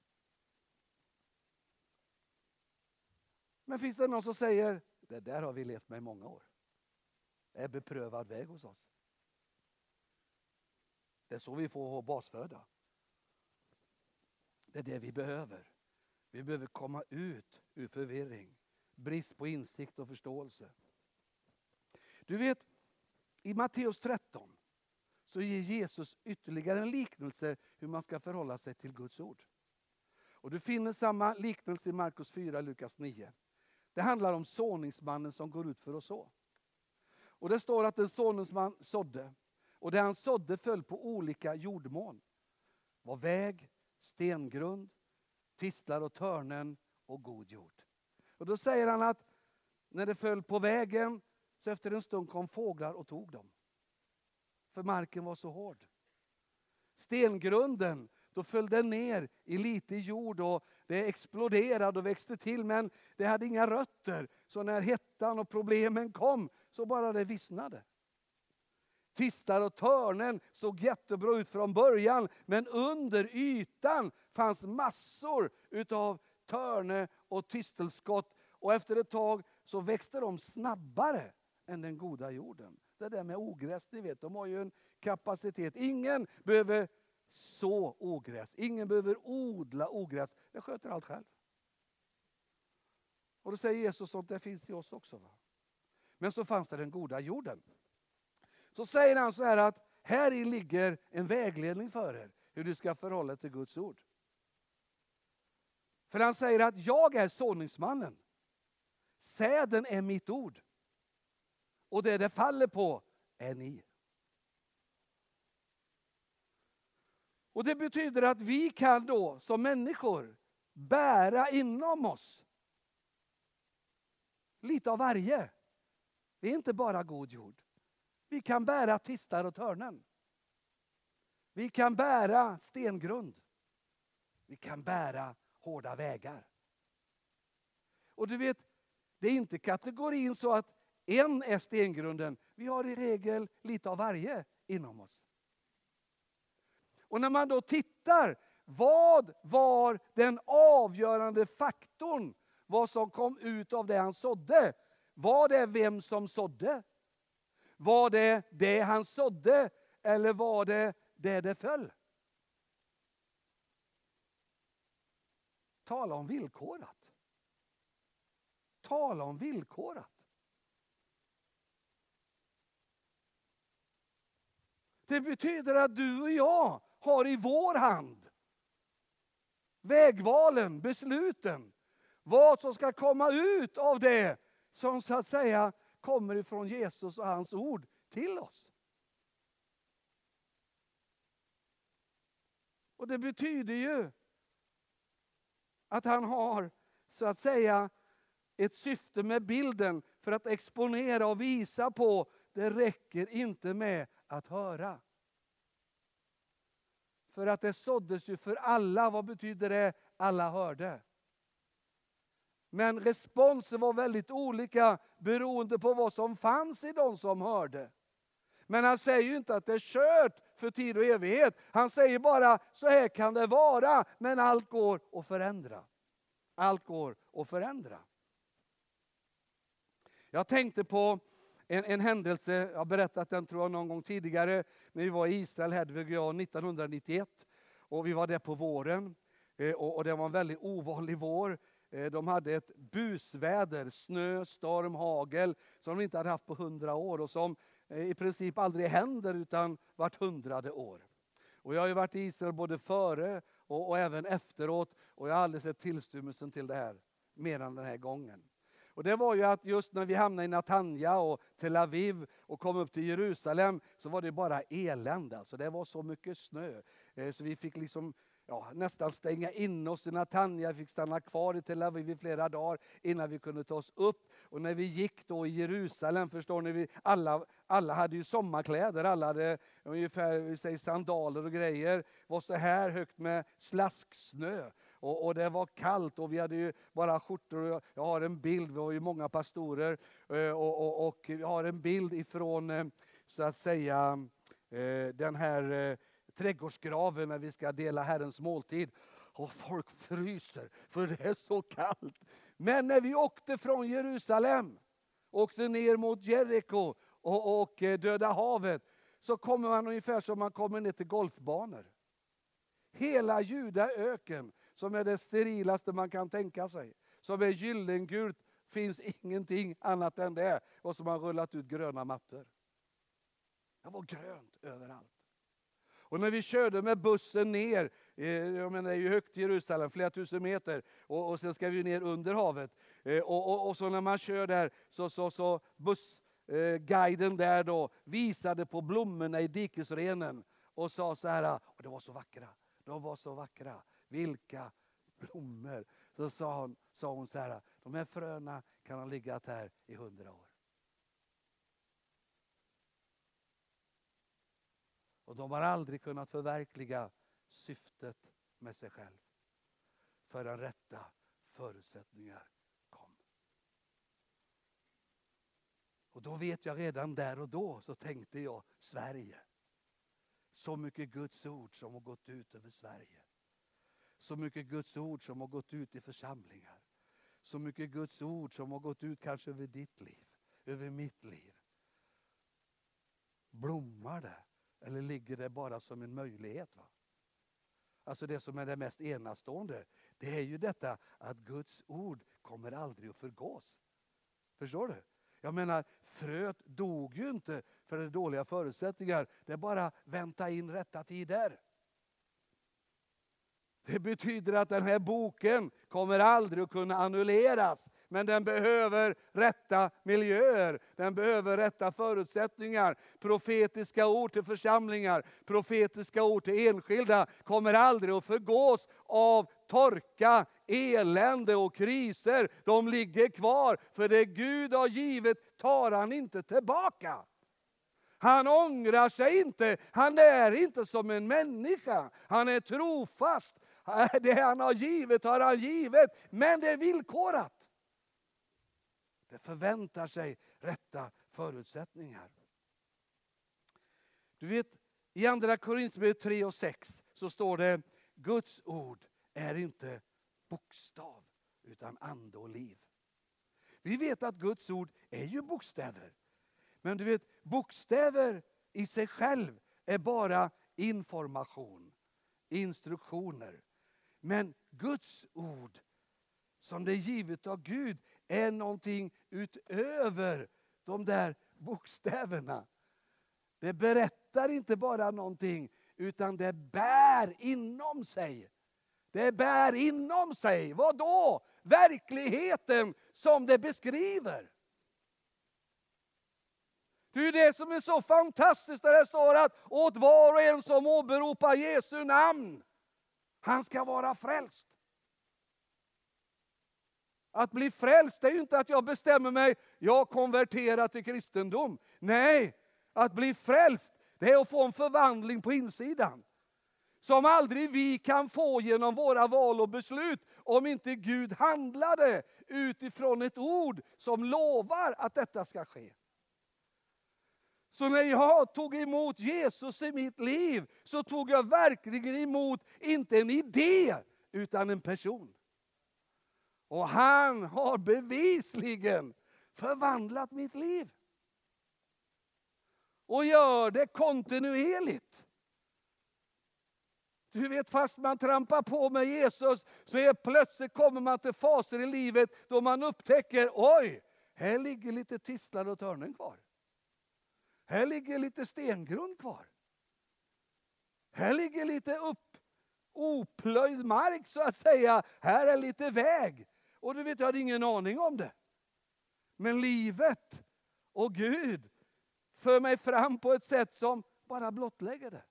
Men finns det någon som säger, det där har vi levt med i många år. Det är beprövad väg hos oss. Det är så vi får basföda. Det är det vi behöver. Vi behöver komma ut ur förvirring. Brist på insikt och förståelse. Du vet, i Matteus tretton så ger Jesus ytterligare en liknelse hur man ska förhålla sig till Guds ord. Och du finner samma liknelse i Markus fyra, Lukas nio. Det handlar om såningsmannen som går ut för att så. Och det står att en såningsman sådde. Och det han sådde föll på olika jordmån. Var väg, stengrund, tistlar och törnen och god jord. Och då säger han att när det föll på vägen så efter en stund kom fåglar och tog dem. För marken var så hård. Stengrunden, då föll den ner i lite jord och det exploderade och växte till. Men det hade inga rötter. Så när hettan och problemen kom så bara det vissnade. Tistar och törnen såg jättebra ut från början. Men under ytan fanns massor utav törne och tistelskott. Och efter ett tag så växte de snabbare än den goda jorden. Det där med ogräs, ni vet, de har ju en kapacitet. Ingen behöver så ogräs. Ingen behöver odla ogräs. Det sköter allt själv. Och då säger Jesus att det finns i oss också. Va? Men så fanns det den goda jorden. Så säger han så här att här i ligger en vägledning för er. Hur du ska förhålla dig till Guds ord. För han säger att jag är såningsmannen. Säden är mitt ord. Och det det faller på är ni. Och det betyder att vi kan då som människor bära inom oss lite av varje. Det är inte bara god jord. Vi kan bära tistar och törnen. Vi kan bära stengrund. Vi kan bära hårda vägar. Och du vet, det är inte kategorin så att en är stengrunden. Vi har i regel lite av varje inom oss. Och när man då tittar, vad var den avgörande faktorn? Vad som kom ut av det han sådde? Var det vem som sådde? Var det det han sådde? Eller var det det det föll? Tala om villkorat. Tala om villkorat. Det betyder att du och jag har i vår hand vägvalen, besluten. Vad som ska komma ut av det som så att säga kommer ifrån Jesus och hans ord till oss. Och det betyder ju att han har så att säga ett syfte med bilden för att exponera och visa på. Det räcker inte med att höra. För att det såddes ju för alla. Vad betyder det? Alla hörde. Men responsen var väldigt olika beroende på vad som fanns i de som hörde. Men han säger ju inte att det är kört för tid och evighet. Han säger bara, så här kan det vara. Men allt går att förändra. Allt går att förändra. Jag tänkte på en, en händelse, jag har berättat den tror jag någon gång tidigare. När vi var i Israel, Hedvig och jag, nittonhundranittioett. Och vi var där på våren. Eh, och, och det var en väldigt ovanlig vår. Eh, de hade ett busväder, snö, storm, hagel. Som de inte hade haft på hundra år. Och som eh, i princip aldrig händer utan vart hundrade år. Och jag har ju varit i Israel både före och, och även efteråt. Och jag har aldrig sett tillstymmelsen till det här. Mer än den här gången. Och det var ju att just när vi hamnade i Natanja och Tel Aviv och kom upp till Jerusalem så var det bara elände. Alltså det var så mycket snö. Eh, så vi fick liksom ja, nästan stänga in oss i Natanja. Vi fick stanna kvar i Tel Aviv i flera dagar innan vi kunde ta oss upp. Och när vi gick då i Jerusalem, förstår ni, vi, alla, alla hade ju sommarkläder. Alla hade ungefär vi säger, sandaler och grejer. Var så här högt med slasksnö. Och, och det var kallt och vi hade ju bara skjortor. Och jag, jag har en bild, vi har ju många pastorer. Och, och, och jag har en bild ifrån så att säga den här trädgårdsgraven när vi ska dela Herrens måltid. Och folk fryser för det är så kallt. Men när vi åkte från Jerusalem, åkte ner mot Jeriko och, och Döda havet, så kommer man ungefär som man kommer ner till golfbanor. Hela Judaöken, som är det sterilaste man kan tänka sig, som är gyllengult, finns ingenting annat än det. Och som har rullat ut gröna mattor. Det var grönt överallt. Och när vi körde med bussen ner, eh, jag menar det är ju högt i Jerusalem, flera tusen meter. Och, och sen ska vi ner under havet. Eh, och, och, och så när man kör där så, så, så bussguiden eh, där då visade på blommorna i dikesrenen. Och sa så här, och det var så vackra, de var så vackra. Vilka blommor. Så sa hon, sa hon så här, de här fröna kan ha legat här i hundra år. Och de har aldrig kunnat förverkliga syftet med sig själv. Förrän rätta förutsättningar kom. Och då vet jag redan där och då så tänkte jag Sverige. Så mycket Guds ord som har gått ut över Sverige. Så mycket Guds ord som har gått ut i församlingar. Så mycket Guds ord som har gått ut kanske över ditt liv. Över mitt liv. Blommar det? Eller ligger det bara som en möjlighet? Va? Alltså det som är det mest enastående. Det är ju detta att Guds ord kommer aldrig att förgås. Förstår du? Jag menar, fröet dog ju inte för det dåliga förutsättningar. Det är bara vänta in rätta tider. Det betyder att den här boken kommer aldrig att kunna annulleras Men den behöver rätta miljöer. Den behöver rätta förutsättningar. Profetiska ord till församlingar, profetiska ord till enskilda kommer aldrig att förgås av torka, elände och kriser. De ligger kvar, för det Gud har givit tar han inte tillbaka. Han ångrar sig inte. Han är inte som en människa. Han är trofast. Det han har givet har han givet. Men det är villkorat. Det förväntar sig rätta förutsättningar. Du vet, i andra Korinthierbrevet tre och sex så står det: Guds ord är inte bokstav utan ande och liv. Vi vet att Guds ord är ju bokstäver. Men du vet, bokstäver i sig själv är bara information, instruktioner. Men Guds ord, som det är givet av Gud, är någonting utöver de där bokstäverna. Det berättar inte bara någonting, utan det bär inom sig. Det bär inom sig. Vad då? Verkligheten som det beskriver. Det är det som är så fantastiskt där det står att åt var och en som åberopar Jesu namn, han ska vara frälst. Att bli frälst är ju inte att jag bestämmer mig, jag konverterar till kristendom. Nej, att bli frälst, det är att få en förvandling på insidan. Som aldrig vi kan få genom våra val och beslut, om inte Gud handlade utifrån ett ord som lovar att detta ska ske. Så när jag tog emot Jesus i mitt liv, så tog jag verkligen emot inte en idé utan en person. Och han har bevisligen förvandlat mitt liv. Och gör det kontinuerligt. Du vet, fast man trampar på med Jesus, så är plötsligt kommer man till faser i livet då man upptäcker, oj, här ligger lite tistlar och törnen kvar. Här ligger lite stengrund kvar. Här ligger lite upp oplöjd mark så att säga. Här är lite väg. Och du vet, jag hade ingen aning om det. Men livet och Gud för mig fram på ett sätt som bara blottlägger det.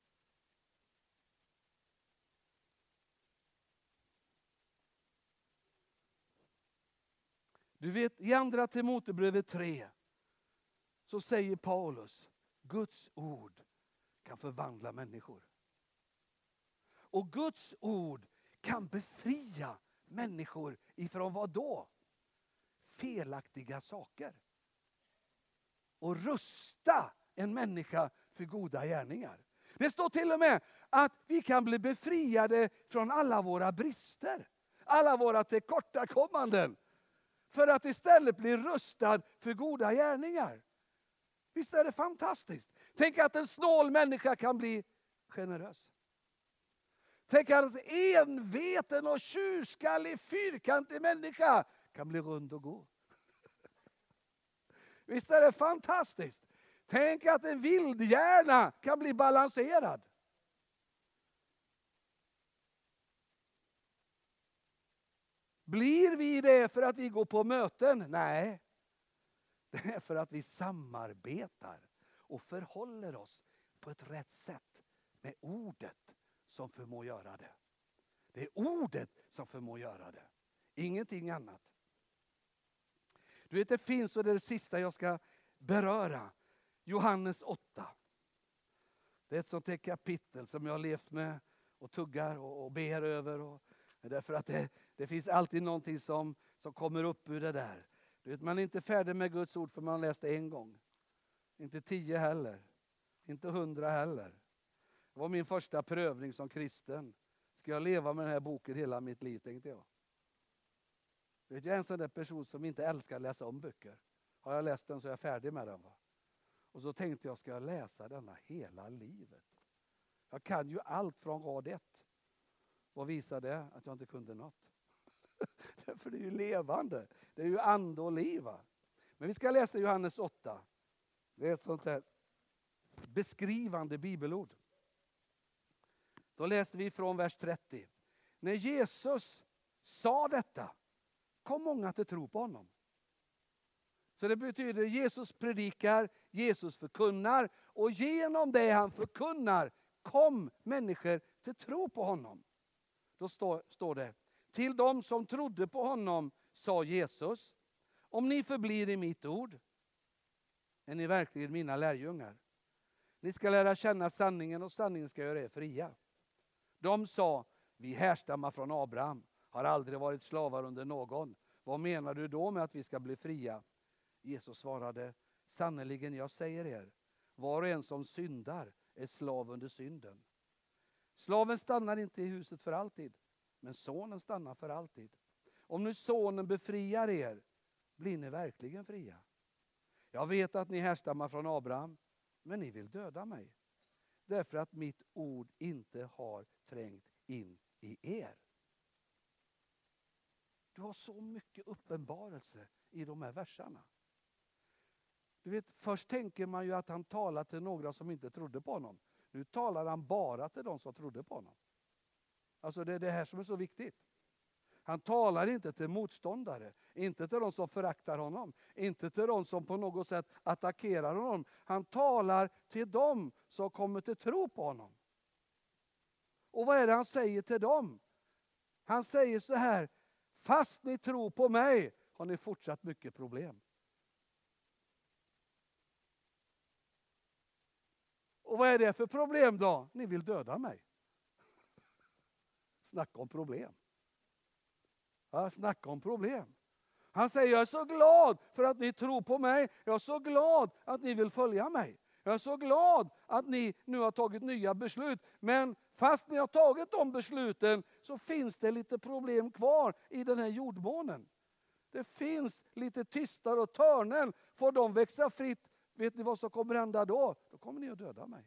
Du vet, i andra Timoteusbrevet tre så säger Paulus, Guds ord kan förvandla människor. Och Guds ord kan befria människor ifrån vad då? Felaktiga saker. Och rusta en människa för goda gärningar. Det står till och med att vi kan bli befriade från alla våra brister. Alla våra tillkortakommanden. För att istället bli rustad för goda gärningar. Visst är det fantastiskt? Tänk att en snål människa kan bli generös. Tänk att en enveten och tjurskallig fyrkantig människa kan bli rund och god. Visst är det fantastiskt? Tänk att en vildhjärna kan bli balanserad. Blir vi det för att vi går på möten? Nej. Det är för att vi samarbetar och förhåller oss på ett rätt sätt med ordet som förmår göra det. Det är ordet som förmår göra det. Ingenting annat. Du vet, det finns, och det är det sista jag ska beröra. Johannes åtta. Det är ett sånt här kapitel som jag har levt med och tuggar och, och ber över. Och, därför att det, det finns alltid någonting som, som kommer upp ur det där. Du vet, man är inte färdig med Guds ord för man läst det en gång. Inte tio heller. Inte hundra heller. Det var min första prövning som kristen. Ska jag leva med den här boken hela mitt liv, tänkte jag. Du vet, jag är en sån där person som inte älskar att läsa om böcker. Har jag läst den så är jag färdig med den. Va? Och så tänkte jag, ska jag läsa denna hela livet? Jag kan ju allt från rad ett. Vad visar det? Att jag inte kunde något. För det är ju levande. Det är ju ande och liv. Va? Men vi ska läsa Johannes åtta. Det är ett sånt här beskrivande bibelord. Då läser vi från vers trettio. När Jesus sa detta kom många till tro på honom. Så det betyder Jesus predikar, Jesus förkunnar, och genom det han förkunnar kom människor till tro på honom. Då står, står det, till de som trodde på honom sa Jesus, om ni förblir i mitt ord är ni verkligen mina lärjungar. Ni ska lära känna sanningen och sanningen ska göra er fria. De sa, vi härstammar från Abraham, har aldrig varit slavar under någon. Vad menar du då med att vi ska bli fria? Jesus svarade, sannerligen jag säger er, var och en som syndar är slav under synden. Slaven stannar inte i huset för alltid, men sonen stannar för alltid. Om nu sonen befriar er, blir ni verkligen fria. Jag vet att ni härstammar från Abraham, men ni vill döda mig. Därför att mitt ord inte har trängt in i er. Du har så mycket uppenbarelse i de här verserna. Du vet, först tänker man ju att han talar till några som inte trodde på honom. Nu talar han bara till de som trodde på honom. Alltså det är det här som är så viktigt. Han talar inte till motståndare, inte till de som föraktar honom, inte till de som på något sätt attackerar honom. Han talar till dem som kommer till tro på honom. Och vad är det han säger till dem? Han säger så här, fast ni tror på mig har ni fortsatt mycket problem. Och vad är det för problem då? Ni vill döda mig. Snacka om problem. Ja, snacka om problem. Han säger, jag är så glad för att ni tror på mig. Jag är så glad att ni vill följa mig. Jag är så glad att ni nu har tagit nya beslut. Men fast ni har tagit de besluten så finns det lite problem kvar i den här jordmånen. Det finns lite tistar och törnen. Får de växa fritt, vet ni vad som kommer hända då? Då kommer ni att döda mig.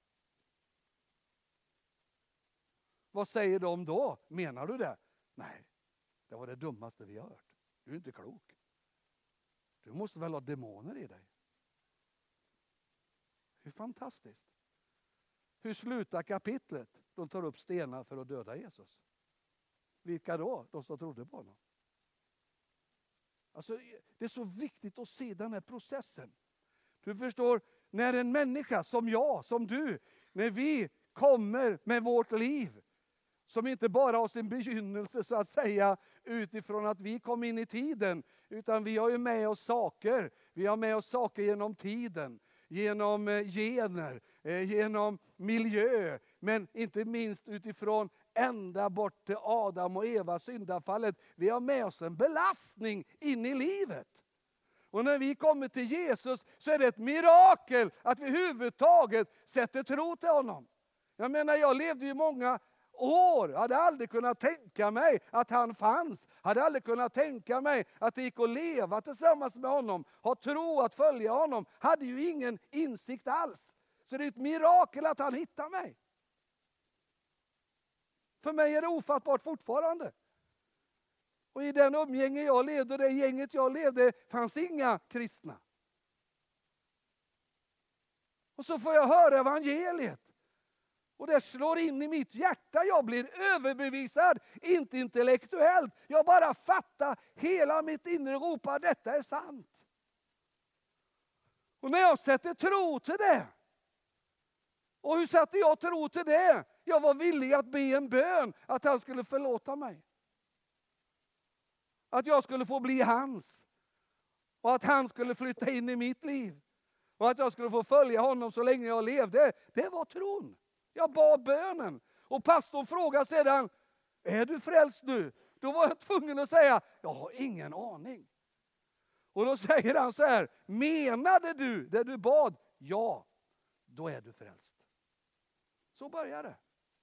Vad säger de då? Menar du det? Nej, det var det dummaste vi har hört. Du är inte klok. Du måste väl ha demoner i dig. Det är fantastiskt. Hur slutar kapitlet? De tar upp stenar för att döda Jesus. Vilka då? De som trodde på honom. Alltså, det är så viktigt att se den här processen. Du förstår, när en människa som jag, som du, när vi kommer med vårt liv, som inte bara har sin begynnelse så att säga utifrån att vi kom in i tiden, utan vi har ju med oss saker. Vi har med oss saker genom tiden, genom gener, genom miljö, men inte minst utifrån ända bort till Adam och Eva syndafallet. Vi har med oss en belastning in i livet. Och när vi kommer till Jesus så är det ett mirakel att vi överhuvudtaget sätter tro till honom. Jag menar, jag levde ju många år, hade aldrig kunnat tänka mig att han fanns. Hade aldrig kunnat tänka mig att det gick att leva tillsammans med honom. Ha tro att följa honom. Hade ju ingen insikt alls. Så det är ett mirakel att han hittar mig. För mig är det ofattbart fortfarande. Och i den umgänge jag levde och det gänget jag levde fanns inga kristna. Och så får jag höra evangeliet. Och det slår in i mitt hjärta. Jag blir överbevisad, inte intellektuellt. Jag bara fattar hela mitt inre ropa, detta är sant. Och när jag sätter tro till det. Och hur satte jag tro till det? Jag var villig att be en bön att han skulle förlåta mig. Att jag skulle få bli hans. Och att han skulle flytta in i mitt liv. Och att jag skulle få följa honom så länge jag levde. Det var tron. Jag bad bönen. Och pastorn frågade sedan, är du frälst nu? Då var jag tvungen att säga, jag har ingen aning. Och då säger han så här, menade du det du bad? Ja, då är du frälst. Så börjar det.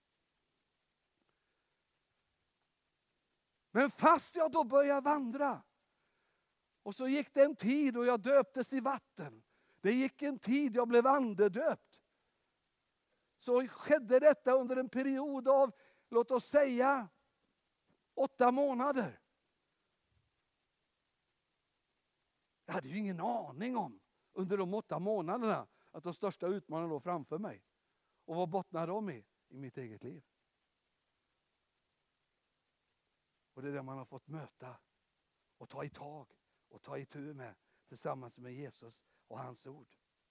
Men fast jag då började vandra. Och så gick det en tid och jag döptes i vatten. Det gick en tid jag blev andedöpt. Så skedde detta under en period av, låt oss säga, åtta månader. Jag hade ju ingen aning om under de åtta månaderna att de största utmaningarna låg framför mig. Och vad bottnar de i? I mitt eget liv. Och det är det man har fått möta och ta i tag och ta i tur med tillsammans med Jesus och hans ord.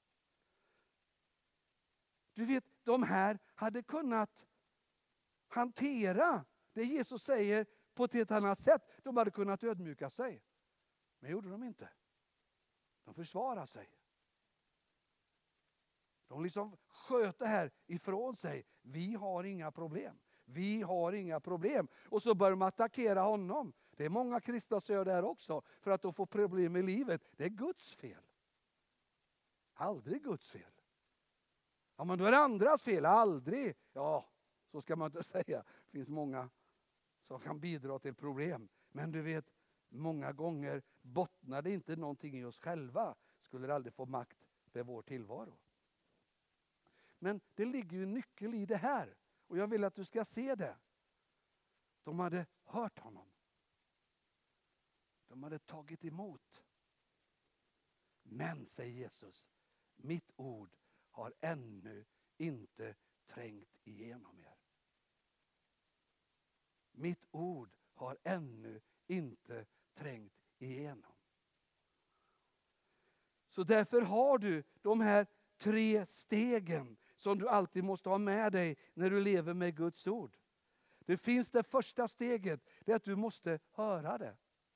Du vet, de här hade kunnat hantera det Jesus säger på ett helt annat sätt. De hade kunnat ödmjuka sig. Men det gjorde de inte. De försvarar sig. De liksom sköt det här ifrån sig. Vi har inga problem. Vi har inga problem. Och så börjar de attackera honom. Det är många kristna som gör det här också. För att de får problem i livet. Det är Guds fel. Aldrig Guds fel. Ja, men då är det andras fel. Aldrig. Ja, så ska man inte säga. Det finns många som kan bidra till problem. Men du vet, många gånger bottnar det inte någonting i oss själva. Skulle det aldrig få makt med vår tillvaro. Men det ligger ju en nyckel i det här. Och jag vill att du ska se det. De hade hört honom. De hade tagit emot. Men, säger Jesus, mitt ord har ännu inte trängt igenom er. Mitt ord har ännu inte trängt igenom. Så därför har du de här tre stegen som du alltid måste ha med dig när du lever med Guds ord. Det finns det första steget, det är att du måste höra det.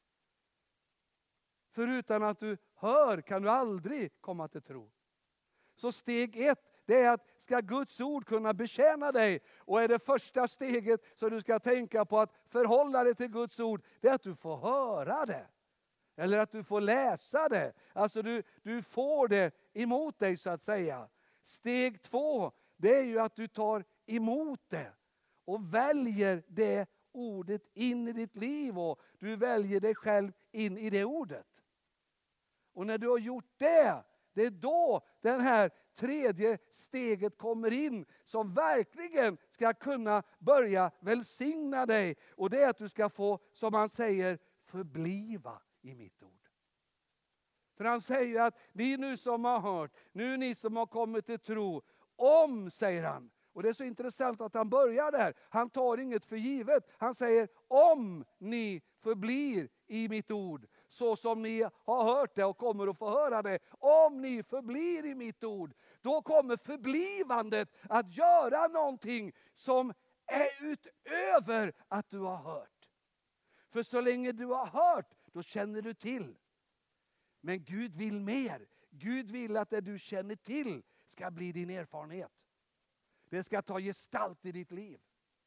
För utan att du hör kan du aldrig komma till tro. Så steg ett, det är att ska Guds ord kunna betjäna dig, och är det första steget så du ska tänka på att förhålla dig till Guds ord, det är att du får höra det. Eller att du får läsa det. Alltså du, du får det emot dig så att säga. Steg två, det är ju att du tar emot det. Och väljer det ordet in i ditt liv. Och du väljer dig själv in i det ordet. Och när du har gjort det, det är då den här tredje steget kommer in. Som verkligen ska kunna börja välsigna dig. Och det är att du ska få, som han säger, förbliva i mitt ord. För han säger att ni nu som har hört, nu ni som har kommit till tro, om, säger han. Och det är så intressant att han börjar där. Han tar inget för givet. Han säger, om ni förblir i mitt ord, så som ni har hört det och kommer att få höra det. Om ni förblir i mitt ord, då kommer förblivandet att göra någonting som är utöver att du har hört. För så länge du har hört, då känner du till. Men Gud vill mer. Gud vill att det du känner till ska bli din erfarenhet. Det ska ta gestalt i ditt liv.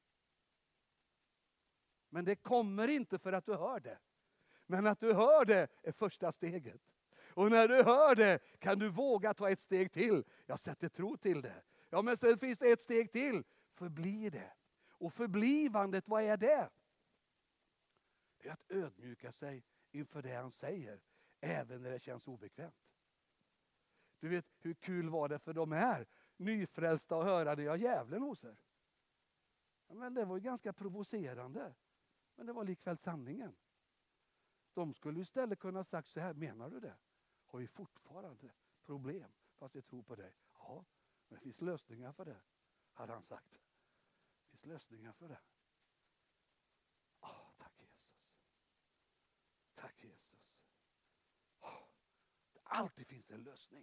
Men det kommer inte för att du hör det. Men att du hör det är första steget. Och när du hör det kan du våga ta ett steg till. Jag sätter tro till det. Ja, men sen finns det ett steg till. Förbli det. Och förblivandet, vad är det? Det är att ödmjuka sig inför det han säger. Även när det känns obekvämt. Du vet, hur kul var det för de här nyfrälsta att höra det? Jag djävulen hos er. Ja, men det var ju ganska provocerande. Men det var likväl sanningen. De skulle istället kunna sagt så här, menar du det? Har vi fortfarande problem fast jag tror på dig? Ja, men det finns lösningar för det, hade han sagt. Det finns lösningar för det. Oh, tack Jesus. Tack Jesus. Oh, det alltid finns en lösning.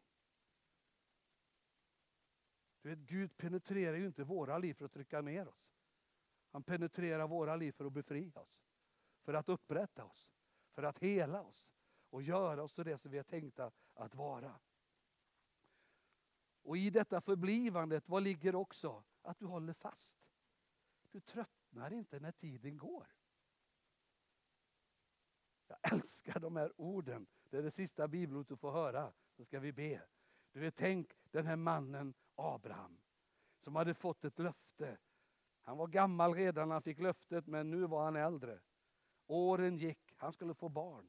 Du vet, Gud penetrerar ju inte våra liv för att trycka ner oss. Han penetrerar våra liv för att befria oss. För att upprätta oss. För att hela oss. Och göra oss till det som vi har tänkt att vara. Och i detta förblivandet, vad ligger också? Att du håller fast. Du tröttnar inte när tiden går. Jag älskar de här orden. Det är det sista bibelordet du får höra. Så ska vi be. Du vet, tänk den här mannen Abraham. Som hade fått ett löfte. Han var gammal redan när han fick löftet, men nu var han äldre. Åren gick, han skulle få barn.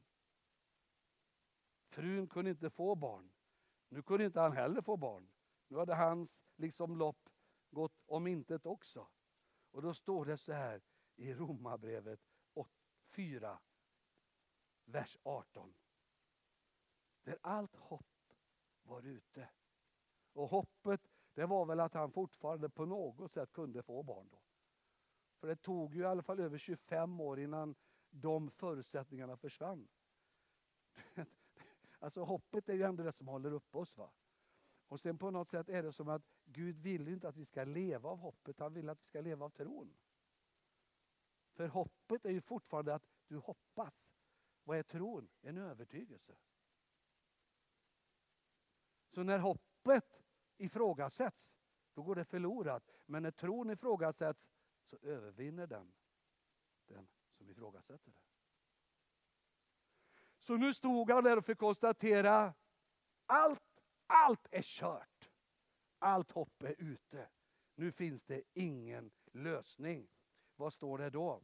Frun kunde inte få barn. Nu kunde inte han heller få barn. Nu hade hans liksom lopp gått om intet också. Och då står det så här i Romarbrevet fyra, vers arton. Där allt hopp var ute. Och hoppet, det var väl att han fortfarande på något sätt kunde få barn då. För det tog ju i alla fall över tjugofem år innan de förutsättningarna försvann. Alltså hoppet är ju ändå det som håller upp oss, va. Och sen på något sätt är det som att Gud vill ju inte att vi ska leva av hoppet. Han vill att vi ska leva av tron. För hoppet är ju fortfarande att du hoppas. Vad är tron? En övertygelse. Så när hoppet ifrågasätts, då går det förlorat. Men när tron ifrågasätts så övervinner den, den som ifrågasätter det. Så nu stod han där och fick konstatera, allt, allt är kört. Allt hopp är ute. Nu finns det ingen lösning. Vad står det då?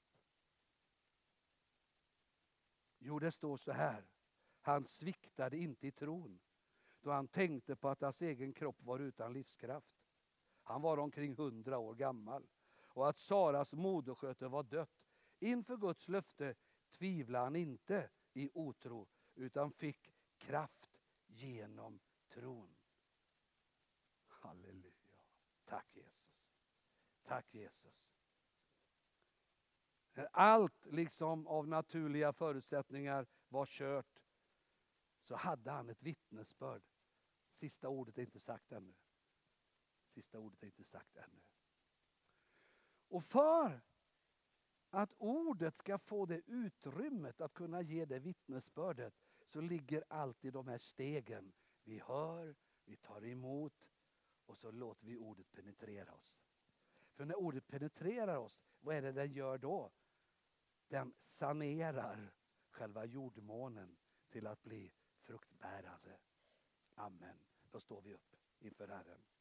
Jo, det står så här. Han sviktade inte i tron, då han tänkte på att hans egen kropp var utan livskraft. Han var omkring hundra år gammal. Och att Saras modersköte var dött. Inför Guds löfte tvivlade han inte i otro, utan fick kraft genom tron. Halleluja. Tack Jesus. Tack Jesus. När allt liksom av naturliga förutsättningar var kört, så hade han ett vittnesbörd. Sista ordet är inte sagt ännu. Sista ordet är inte sagt ännu. Och för att ordet ska få det utrymmet att kunna ge det vittnesbördet, så ligger alltid de här stegen. Vi hör, vi tar emot och så låter vi ordet penetrera oss. För när ordet penetrerar oss, vad är det den gör då? Den sanerar själva jordmånen till att bli fruktbärande. Amen. Då står vi upp inför Herren.